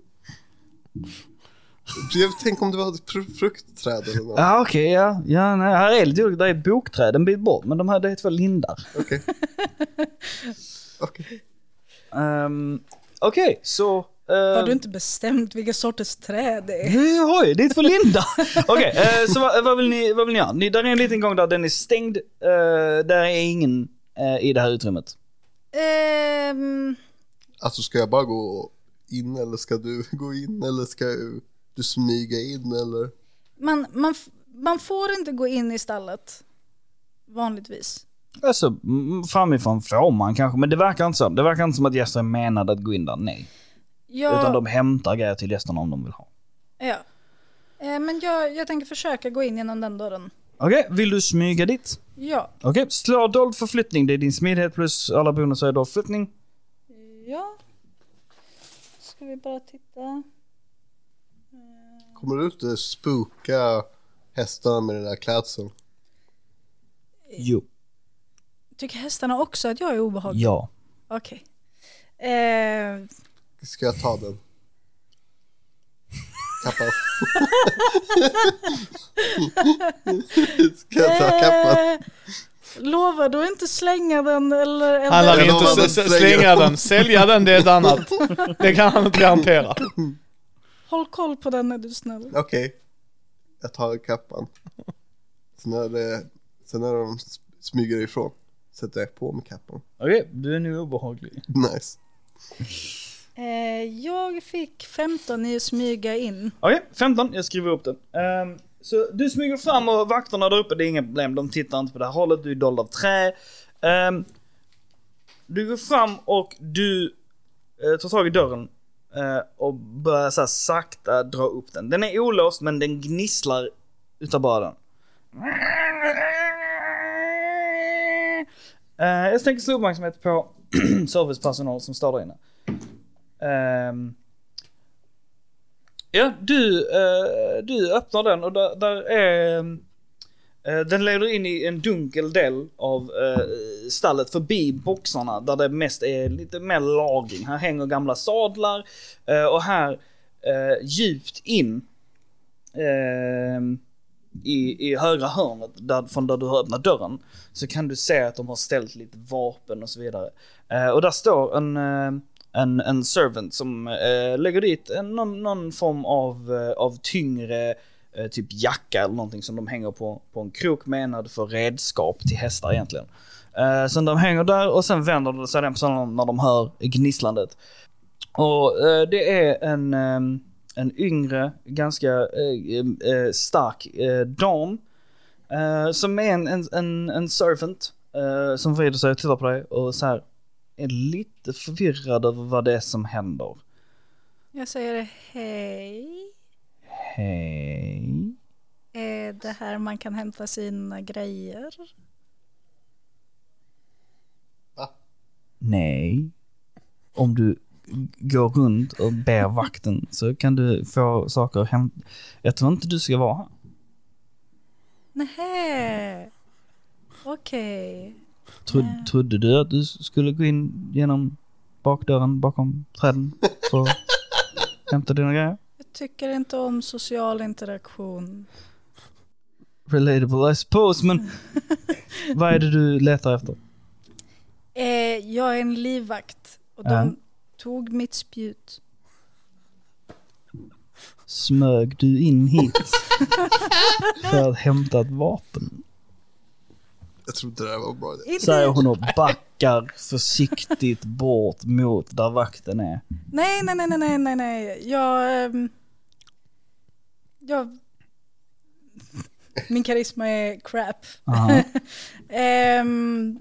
Jag tänk om det var ett pr- fruktträd eller något. Ja, okej, okay, ja. ja nej, här är lite olika. Det är ett bokträd en bit bort, men de här, det är två lindar. Okej. Okej. Um, Okej, okay, så Har du inte bestämt vilka sorters träd det är? Oj, det är för Linda. Okej, okay, uh, så vad, vad, vill ni, vad vill ni göra? Ni, där är en liten gång där den är stängd. Uh, där är ingen uh, i det här utrymmet. Um... Alltså ska jag bara gå in eller ska du gå in eller ska du smyga in eller? Man, man, man får inte gå in i stallet vanligtvis. Alltså framifrån får man kanske, men det verkar inte så. Det verkar inte som att gäster är menade att gå in där, nej. Jag... Utan de hämtar grejer till gästerna om de vill ha. Ja, eh, men jag, jag tänker försöka gå in genom den dörren. Okej, okay, vill du smyga dit? Ja. Okej, okay. Slå dold förflyttning. Det är din smidighet plus alla bonusar är dold förflyttning. Ja. Ska vi bara titta. Kommer du inte spooka hästarna med den där klädseln? Jo. Tycker hästarna också att jag är obehaglig? Ja. Okej. Okay. Eh... Ska jag ta den? Kappan. Ska jag ta kappan? Eh... Lovar du inte slänga den eller... eller... Han har inte s- slänga, slänga den. Sälja den, det är ett annat. Det kan han inte garantera. Håll koll på den, är du snäll. Okej. Okay. Jag tar kappan. Sen när, det, sen när de smyger ifrån sätter jag på med kappan. Okej, okay, du är nu obehaglig. Nice. Eh, jag fick femton i att smyga in. Okej, okay, femton. Jag skriver upp den. Um, så du smyger fram och vakterna där uppe, det är inga problem. De tittar inte på det här hållet. Du är dold av trä. Um, du går fram och du uh, tar tag i dörren uh, och börjar så här sakta dra upp den. Den är olåst, men den gnisslar utav bara den. Uh, jag tänker slå uppmärksamhet på servicepersonal som står där inne. Um, ja, du, uh, du öppnar den och där, där är uh, den leder in i en dunkel del av uh, stallet förbi boxarna där det mest är lite mer lagring. Här hänger gamla sadlar uh, och här uh, djupt in uh, i, i högra hörnet där, från där du har öppnat dörren så kan du se att de har ställt lite vapen och så vidare. Uh, och där står en uh, En, en servant som eh, lägger dit en, någon, någon form av, eh, av tyngre eh, typ jacka eller någonting som de hänger på, på en krok menad för redskap till hästar egentligen. Eh, så de hänger där och sen vänder de sig den personen när de hör gnisslandet. Och eh, det är en, eh, en yngre, ganska eh, eh, stark eh, dam eh, som är en, en, en, en servant eh, som vrider sig och tittar på dig och så här är lite förvirrad över vad det är som händer. Jag säger hej. Hej. Är det här man kan hämta sina grejer? Va? Nej. Om du går runt och ber vakten så kan du få saker hem. Jag tror inte du ska vara här. Nej. Okej. Okay. Trod, trodde du att du skulle gå in genom bakdörren bakom träden för att hämta dina grejer? Jag tycker inte om social interaktion. Relatable I suppose, men vad är det du letar efter? Eh, jag är en livvakt och de äh. tog mitt spjut. Smög du in hit för att hämta ett vapen? Jag tror inte det var bra. Säger hon och backar försiktigt bort mot där vakten är. Nej, nej, nej, nej, nej, nej. Jag... Um, jag... Min karisma är crap. um,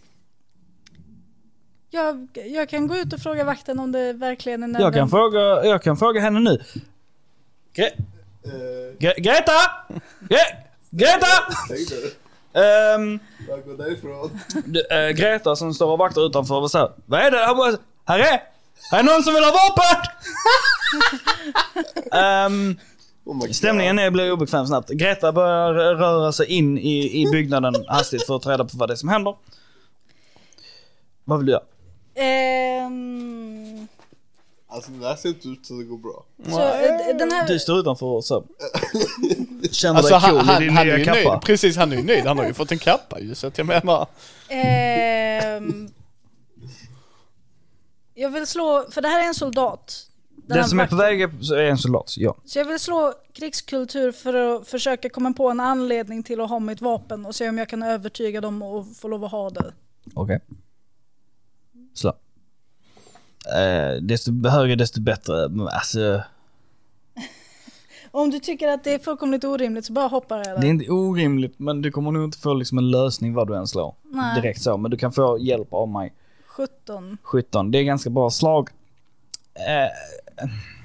jag, jag kan gå ut och fråga vakten om det verkligen är nödvändigt. Jag kan fråga, jag kan fråga henne nu. Gre- uh. Gre- Greta! Gre- Greta! Um, jag går därifrån. uh, Greta som står och vaktar utanför och säger: vad är det? Här är, här är någon som vill ha vapen! um, oh stämningen är, blir obekväm snabbt. Greta börjar röra sig in i, i byggnaden hastigt för att ta reda på vad det är som händer. Vad vill du göra? Um... Alltså det där ser inte ut så det går bra. Så, den här... Du står utanför och så känner alltså, dig cool han, i din han nya är ju kappa. Nöjd. Precis, han är ju nöjd. Han har ju fått en kappa ju, så att jag menar. Um... Jag vill slå, för det här är en soldat. Den som är på väg är en soldat, ja. Så jag vill slå krigskultur för att försöka komma på en anledning till att ha mitt vapen och se om jag kan övertyga dem och få lov att ha det. Okej. Okay. Slå. Eh, desto högre desto bättre. Alltså... Om du tycker att det är fullkomligt orimligt så bara hoppar jag där. Det är inte orimligt, men du kommer nog inte få liksom en lösning vad du än slår. Nej. Direkt så, men du kan få hjälp av mig. sjutton. sjutton, det är ganska bra slag. Eh,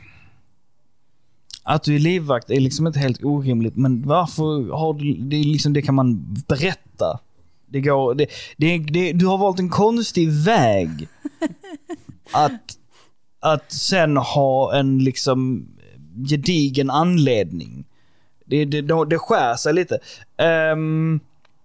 att du är livvakt är liksom inte helt orimligt, men varför har du det är liksom det kan man berätta. Det går det, det, det du har valt en konstig väg att att sen ha en liksom gedigen anledning. Det det det, det skär sig lite. Um,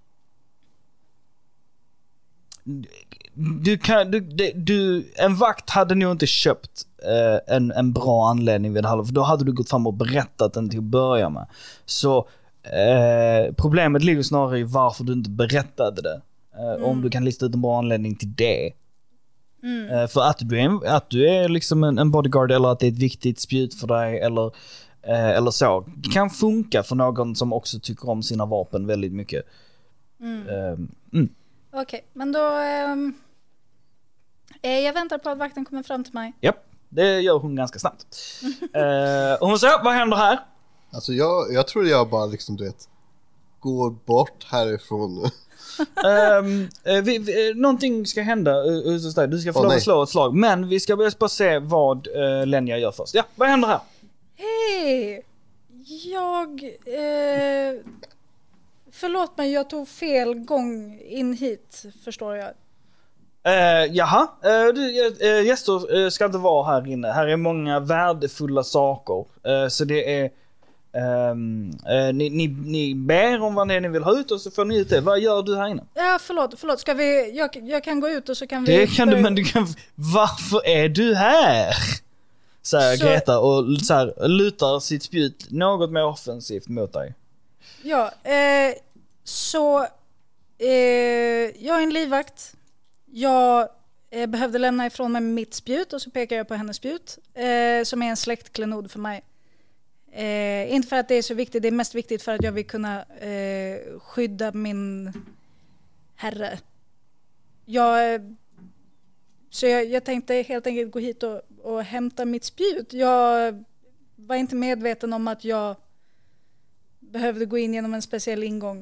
Du kan, du, du, en vakt hade nog inte köpt eh, en, en bra anledning vid det här, för då hade du gått fram och berättat den till att börja med. Så eh, problemet ligger snarare i varför du inte berättade det. Eh, mm. Om du kan lista ut en bra anledning till det. Mm. Eh, för att du är, att du är liksom en, en bodyguard, eller att det är ett viktigt spjut för dig, eller, eh, eller så. Det kan funka för någon som också tycker om sina vapen väldigt mycket. Mm. Eh, mm. Okej, okay, men då... Um... Jag väntar på att vakten kommer fram till mig. Japp, det gör hon ganska snabbt. uh, och hon säger, vad händer här? Alltså jag, jag tror jag bara liksom, du vet, går bort härifrån nu. um, vi, vi, någonting ska hända hos dig. Du ska få oh, lov att slå ett slag. Men vi ska bara se vad uh, Lenja gör först. Ja, vad händer här? Hej! Jag... Eh, förlåt mig, jag tog fel gång in hit, förstår jag. Uh, jaha, uh, du, uh, gäster uh, ska inte vara här inne. Här är många värdefulla saker. Uh, så det är um, uh, ni, ni, ni ber om vad det är ni vill ha ut och så får ni ut det. Vad gör du här inne? Ja, förlåt, förlåt. Ska vi, jag, jag kan gå ut och så kan vi... Det kan du, men du kan... Varför är du här? Säger så... Greta och så här, lutar sitt spjut något mer offensivt mot dig. Ja, eh, så eh, jag är en livvakt. Jag eh, behövde lämna ifrån mig mitt spjut och så pekar jag på hennes spjut eh, som är en släktklenod för mig. Eh, inte för att det är så viktigt, det är mest viktigt för att jag vill kunna eh, skydda min herre. Jag, så jag, jag tänkte helt enkelt gå hit och, och hämta mitt spjut. Jag var inte medveten om att jag behövde gå in genom en speciell ingång.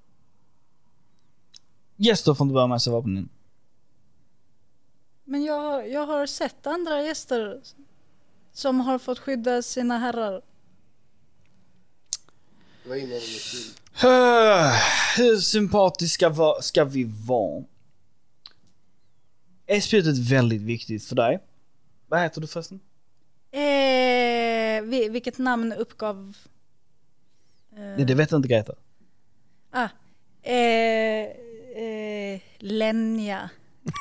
Gäster får inte börja med sig vapnen. Men jag, jag har sett andra gäster som har fått skydda sina herrar. Hur sympatiska va, ska vi vara? Är spjutet väldigt viktigt för dig? Vad heter du förresten? Eh, vilket namn uppgav... Eh, Nej, det vet inte Greta. Ah, eh, eh, Lenja.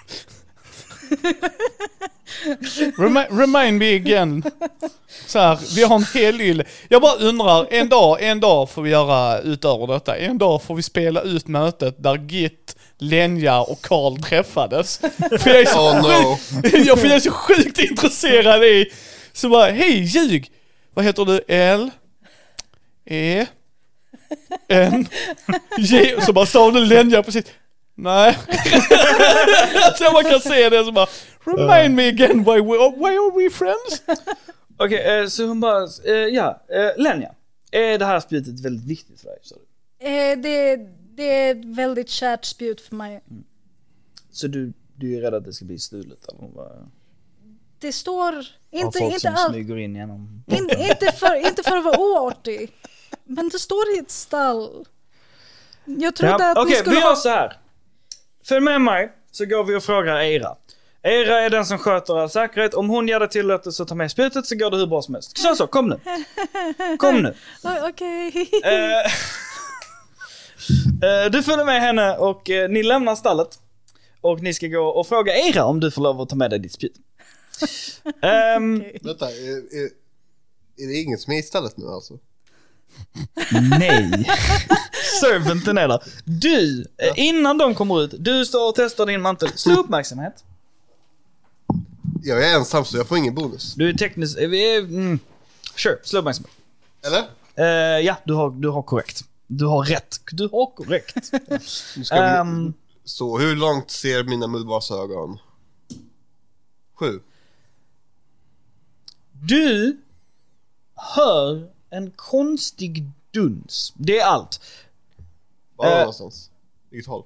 Remind, remind me again. Så här, vi har en hel ylle. Jag bara undrar, en dag, en dag får vi göra utöver detta. En dag får vi spela ut mötet där Git, Lenja och Karl träffades. För jag är så, oh, no. sjukt, jag, för jag är så sjukt intresserad i. Så bara, hej, ljug. Vad heter du? L E N J. Så bara stav du Lenja på sitt. Nej. Så man kan se det så bara, remind me again, why, we, why are we friends? Okej, okay, uh, så hon bara, uh, ja, uh, Lenja, är det här spjutet väldigt viktigt för dig? Så? Eh, det, det är ett väldigt kärt spjut för mig. Mm. Så du, du är rädd att det ska bli stulet? Eller vad? Det står inte, folk inte som allt. smyger in genom... In, inte, för, inte för att vara oartig, men det står i ett stall. Jag trodde ja, att okay, ni skulle vi ha... gör så här. Följ med mig så går vi och frågar Eira. Eira är den som sköter all säkerhet. Om hon ger det tillåtelse att ta med spjutet så går det hur bra som helst. Så så, kom nu. Kom nu. Okej. Okay. uh, uh, du följer med henne och uh, ni lämnar stallet. Och ni ska gå och fråga Eira om du får lov att ta med dig ditt spjut. um, okay. Vänta, är, är, är det ingen som är i stallet nu alltså? Nej. Servanten är där. Du, ja. Innan de kommer ut, du står och testar din mantel. Slå uppmärksamhet. jag är ensam så jag får ingen bonus. Du är tekniskt... Vi är, mm, sure, slå uppmärksamhet. Eller? Uh, ja, du har, du har korrekt. Du har rätt. Du har korrekt. Nu ska vi, um, så hur långt ser mina mullvarsögon? Sju. Du hör en konstig duns. Det är allt. Var är Uh, någonstans? Vilket håll?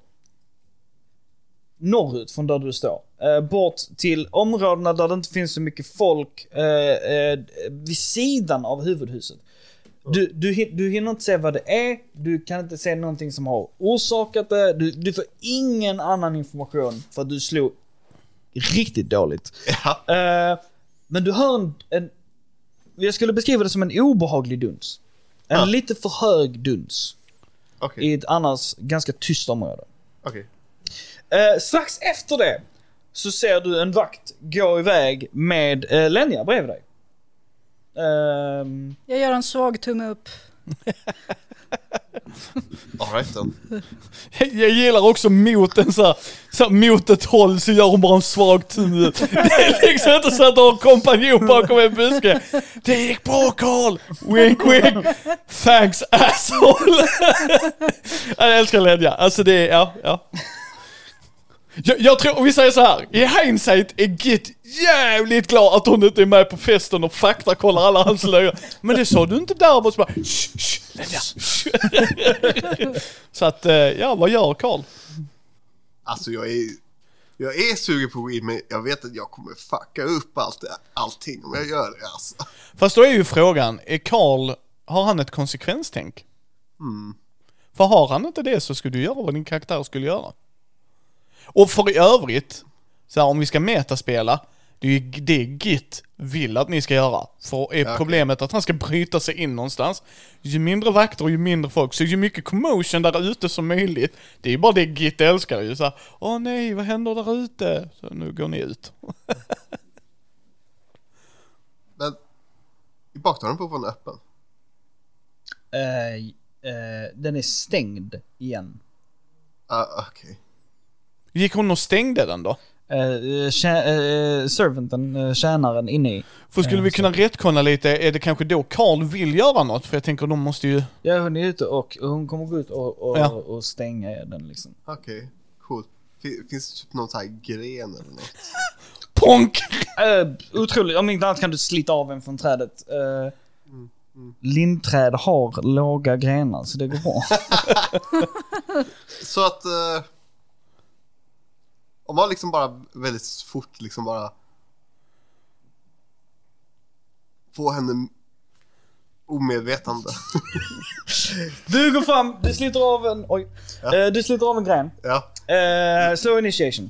Norrut från där du står. Uh, bort till områdena där det inte finns så mycket folk uh, uh, vid sidan av huvudhuset. Du, du, du hinner inte se vad det är. Du kan inte se någonting som har orsakat det. Du, du får ingen annan information för att du slog riktigt dåligt. Ja. Uh, men du hör en, en... Jag skulle beskriva det som en obehaglig duns. En Ja. lite för hög duns. Okej. I ett annars ganska tyst område. Okej. Uh, strax efter det så ser du en vakt gå iväg med uh, Lenja bredvid dig. Um, Jag gör en svag tumme upp. All right then. Jag gillar också mot en så här, så här, mot ett håll så gör hon bara en svag tumme. Det är liksom inte så att du har en kompanjon bakom en buske. Det gick bra, Carl! Wink, wink! Thanks, asshole! Jag älskar Lenja. Alltså det är, ja, ja. Jag, jag tror, vi säger så här. I hindsight är Git jävligt glad att hon inte är med på festen och faktakollar alla hans löjer. Men det sa du inte där, bara så bara shh, shh, Lenja, shh. Så att, ja, vad gör Carl? Alltså jag är jag är sugen på weed, men jag vet att jag kommer fucka upp allt, allting om jag gör det alltså. Fast då är ju frågan, är Carl, har han ett konsekvenstänk? Mm. För har han inte det så skulle du göra vad din karaktär skulle göra. Och för i övrigt, så här, om vi ska metaspela, det är ju det Git vill att ni ska göra. För är Ja, problemet att han ska bryta sig in någonstans, ju mindre vakter och ju mindre folk, så ju mycket commotion där ute som möjligt. Det är ju bara det Git älskar ju. Så här, åh nej, vad händer där ute? Så nu går ni ut. Men i bakdörren på vara öppen. uh, uh, den är stängd igen. Ah, okej. Okay. Gick hon och stängde den då? Uh, tjä- uh, servanten, uh, tjänaren inne i. För skulle uh, vi kunna rättkolla lite, är det kanske då Carl vill göra något? För jag tänker de måste ju... Ja, hon är ute och, och hon kommer gå ut och, och, Ja. och stänga den liksom. Okej, okay. Coolt. Fin- finns det typ någon sån här gren eller något? Ponk! Uh, otroligt, om inte annat kan du slita av en från trädet. Uh, Mm, mm. Lindträd har låga grenar så det går bra. Så att eh, om man liksom bara väldigt fort liksom bara få henne omedvetande. Du går fram, du sliter av en, oj, Ja. uh, du sliter av en gren. Ja. Uh, slow initiation.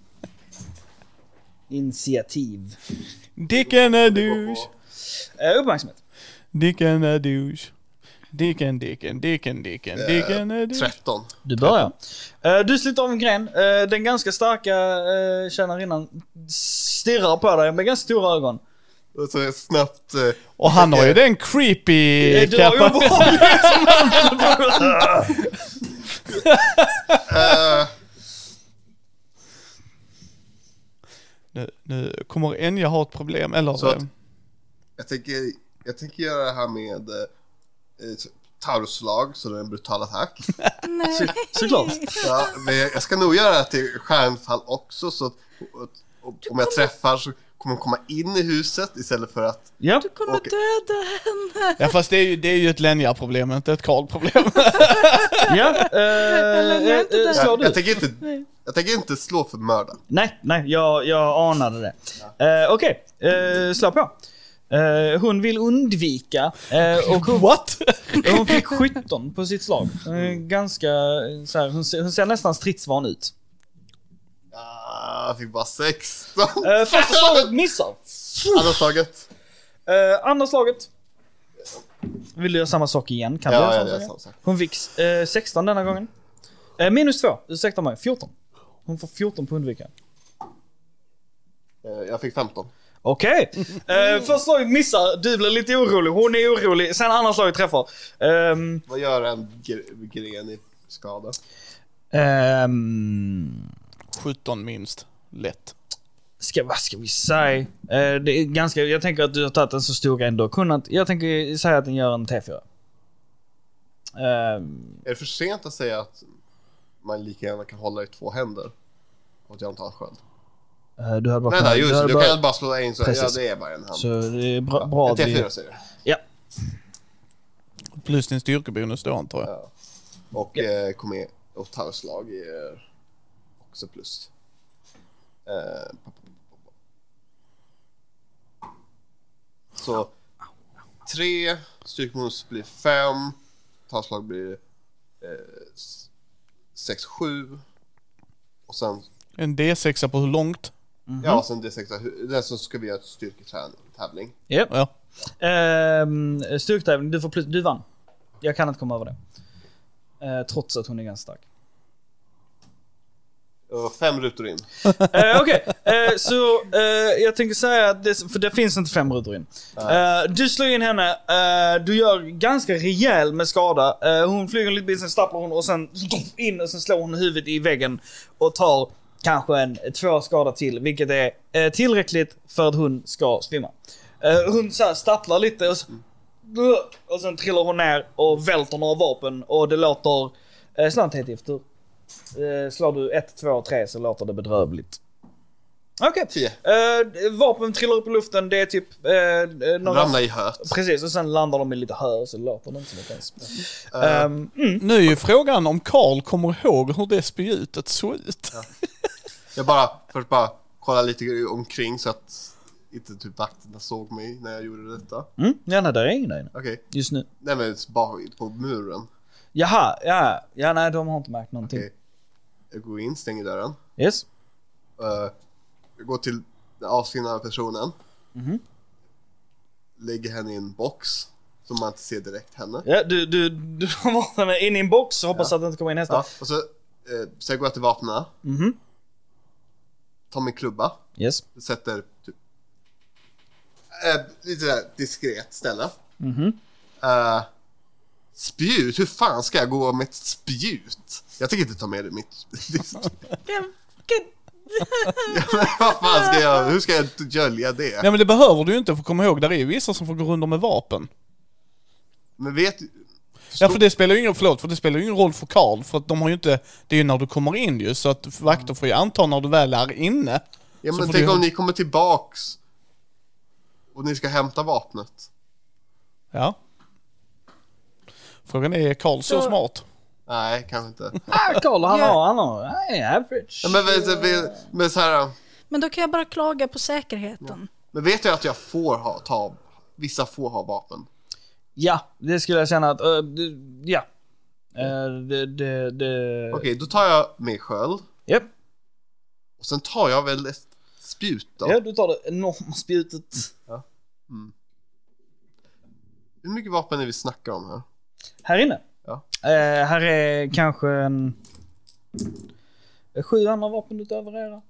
Initiativ. Dick and a douche. Uh, uppmärksamhet. Dick and a douche. Dick and dick and dick and dick and dick and a douche. tretton. Du börjar. Uh, du sliter av en gren. Uh, den ganska starka uh, tjänarinnan stirrar på dig med ganska stora ögon. Och så är jag snabbt eh, Och han har ju den creepy Eh, Du har ju kappa. obehagligt som eh, Nu, nu kommer Enja ha ett problem, eller? Så att- jag tänker jag tänker göra det här med eh, Taurus-slag, så det är en brutal attack. Nej. såklart. Ja, men jag, jag ska nog göra det till stjärnfall också, så att, att, att om jag träffar så kommer hon komma in i huset istället för att... Ja. Du kommer Okej. döda henne. Ja, fast det är ju, det är ju ett Lenja-problem, inte ett Carl-problem. Ja. Uh, Eller jag är inte där. slår Jag, du? jag, tänker inte, jag tänker inte slå för mörda. Nej, nej, jag, jag anade det. Uh, Okej, okay. uh, slå på. Uh, hon vill undvika. Uh, och hon, What? hon fick sjutton på sitt slag. Uh, ganska, så här, hon, ser, hon ser nästan stridsvan ut. Ah, jag fick bara sexton. Uh, första slaget missar. Andra slaget. Uh, andra slaget. Vill du göra samma sak igen? Kan du Ja, göra ja, samma det är sak? samma sak. Hon fick uh, sexton denna gången. Uh, minus två, ursäkta mig, fjorton. Hon får fjorton på undvika. Eh, Jag fick femton. Okej. Okay. Uh, första slaget missar, du blir lite orolig, hon är orolig. Sen andra slaget träffar. Um, Vad gör en gre- gren i skada? um, sjutton minst. Lätt. ska, vad ska vi säga? Uh, det är ganska, jag tänker att du har tagit en så stor ändå kunnat. Jag tänker säga att den gör en T fyra. Uh, är det för sent att säga att man lika gärna kan hålla i två händer och att jag inte har en sköld? Uh, du hade bara nej, nej, just du, du bara, kan bara slå en så precis. ja, det är bara en hand. Så det är bra, ja, bra en T fyra vi, säger du? Ja. Plus din styrkebonus då, antar jag. Ja. Och ja. eh, kom med och tauslag är också plus. Eh, så tre styrkebonus blir fem, tauslag blir eh, sex, sju och sen en D sex på hur långt? Mm-hmm. Ja, sen D sex, den som ska vi göra ett styrketävling. Yep. Ja. Ehm, styrketävling, du får plus, du vann. Jag kan inte komma över det. Ehm, trots att hon är ganska stark. Uh, fem rutor in. uh, Okej, okay. uh, så uh, jag tänker säga att det, för det finns inte fem rutor in. Uh, du slår in henne, uh, du gör ganska rejäl med skada. Uh, hon flyger en liten bit, sen stapplar hon och sen in och sen slår hon huvudet i väggen och tar kanske en två skada till, vilket är uh, tillräckligt för att hon ska svimma. Uh, hon så här stapplar lite och, så, och sen trillar hon ner och välter några vapen och det låter uh, slanthet efter. Uh, slår du ett, två, tre så låter det bedrövligt. Okej. Okay. Uh, vapen trillar upp i luften, det är typ uh, några... ramlar i höet. Precis, och sen landar de i lite hö så låter det inte som ens. Uh, um, mm. Nu är ju frågan om Karl kommer ihåg hur det spjutet såg ut. Ja. Jag bara, först bara kolla lite omkring så att inte typ vakterna såg mig när jag gjorde detta. Mm, ja, nej, där är ingen där inne. Okej. Okay. Just nu. Nej, men bara på muren. Jaha, ja. Ja, nej, de har inte märkt någonting. Okay. Jag går in, stänger dörren. Yes. Uh, jag går till den avsvinnade personen. Mhm. Lägger henne i en box så man inte ser direkt henne. Ja, du, du, du har varit henne in i en box så hoppas ja. att det inte kommer in nästa. Ja, och så, eh, så jag går jag till vapnen. Mhm. Tar min klubba. Yes. Sätter typ eh, lite där diskret ställe. Mhm. Uh, spjut, hur fan ska jag gå med ett spjut? Jag tänker inte ta med det mitt. Ja, men vad fan ska jag, hur ska jag dölja det? Nej, men det behöver du ju inte, för komma ihåg, där är ju vissa som får gå runt med vapen. Men vet du... Ja, för det spelar ju ingen, förlåt, för det spelar ju ingen roll för Karl, för att de har ju inte, det är ju när du kommer in ju, så att vakter får ju anta när du väl är inne. Ja, men tänk du... om ni kommer tillbaks och ni ska hämta vapnet. Ja. Frågan är, är Karl så, så smart? Nej, kanske inte. Ah, Karl, han har, han har, nej, average. Ja, men, men, men så här... Men då kan jag bara klaga på säkerheten. Ja. Men vet jag att jag får ha, ta, vissa får ha vapen? Ja, det skulle jag känna att, uh, ja. Uh, det, det, det... Okej, okay, då tar jag med sköld. Japp. Yep. Och sen tar jag väl ett spjut då? Ja, du tar det enorma spjutet. Ja. Mm. Hur mycket vapen är vi snackar om här? Här inne? Ja. Uh, här är kanske en... Sju andra vapen utöver era.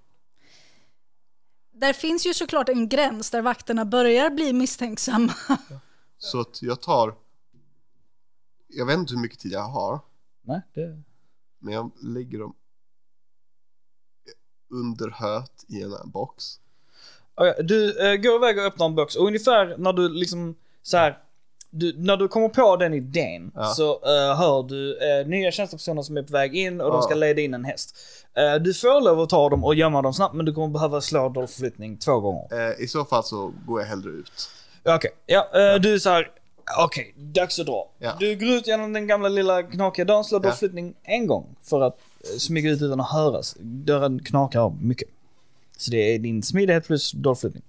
Där finns ju såklart en gräns där vakterna börjar bli misstänksamma. Ja. Så att jag tar... Jag vet inte hur mycket tid jag har. Nej, det... Men jag lägger dem under höet i en box. Okay, du äh, går iväg och öppnar en box. Och ungefär när du liksom så här, du, när du kommer på den idén, ja. Så äh, hör du äh, nya tjänstepersoner som är på väg in och ja. De ska leda in en häst. Äh, du får lov att ta dem och gömma dem snabbt, men du kommer behöva slå dolförflyttning två gånger. Äh, I så fall så går jag hellre ut. Okej, okay. ja, äh, ja, du är så här. Okej, okay, dags att dra. Ja. Du går ut genom den gamla lilla knakiga dörren, slår ja. Flyttning en gång för att smyga ut utan att höras. Dörren knakar mycket. Så det är din smidighet plus dörrflyttning.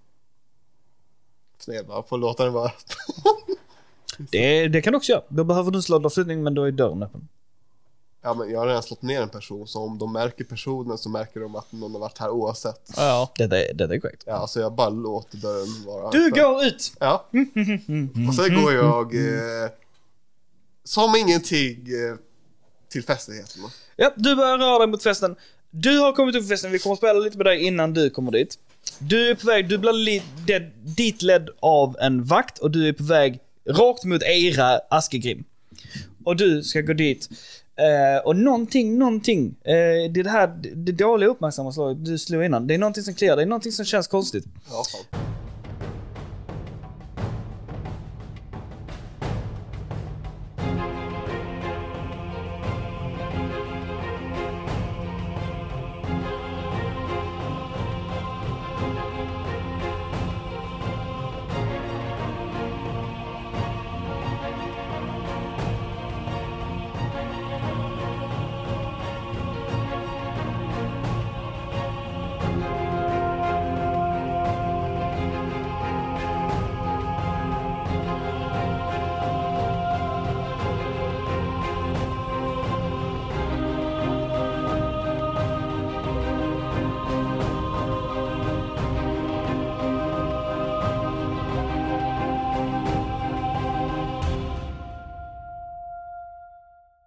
Snälla, får låta den vara det, det kan du också göra. Då behöver du slå dörrflyttning, men då är dörren öppen. Ja, men jag har redan slått ner en person, så om de märker personen så märker de att någon har varit här oavsett. Ja, det är, det är korrekt. Ja, så jag bara låter dörren vara. Du öppen. Går ut! Ja. Och sen går jag eh, som ingenting eh, till fästigheten. Ja, du börjar röra dig mot festen. Du har kommit upp på festen, vi kommer att spela lite med dig innan du kommer dit. Du är på väg, du blir li- de- ditledd av en vakt och du är på väg rakt mot Eira Askegrim. Och du ska gå dit. Uh, och någonting, någonting. Uh, det är det här, det dåliga uppmärksamhetslaget du slog innan. Det är någonting som kliar, det är någonting som känns konstigt. Ja, fan.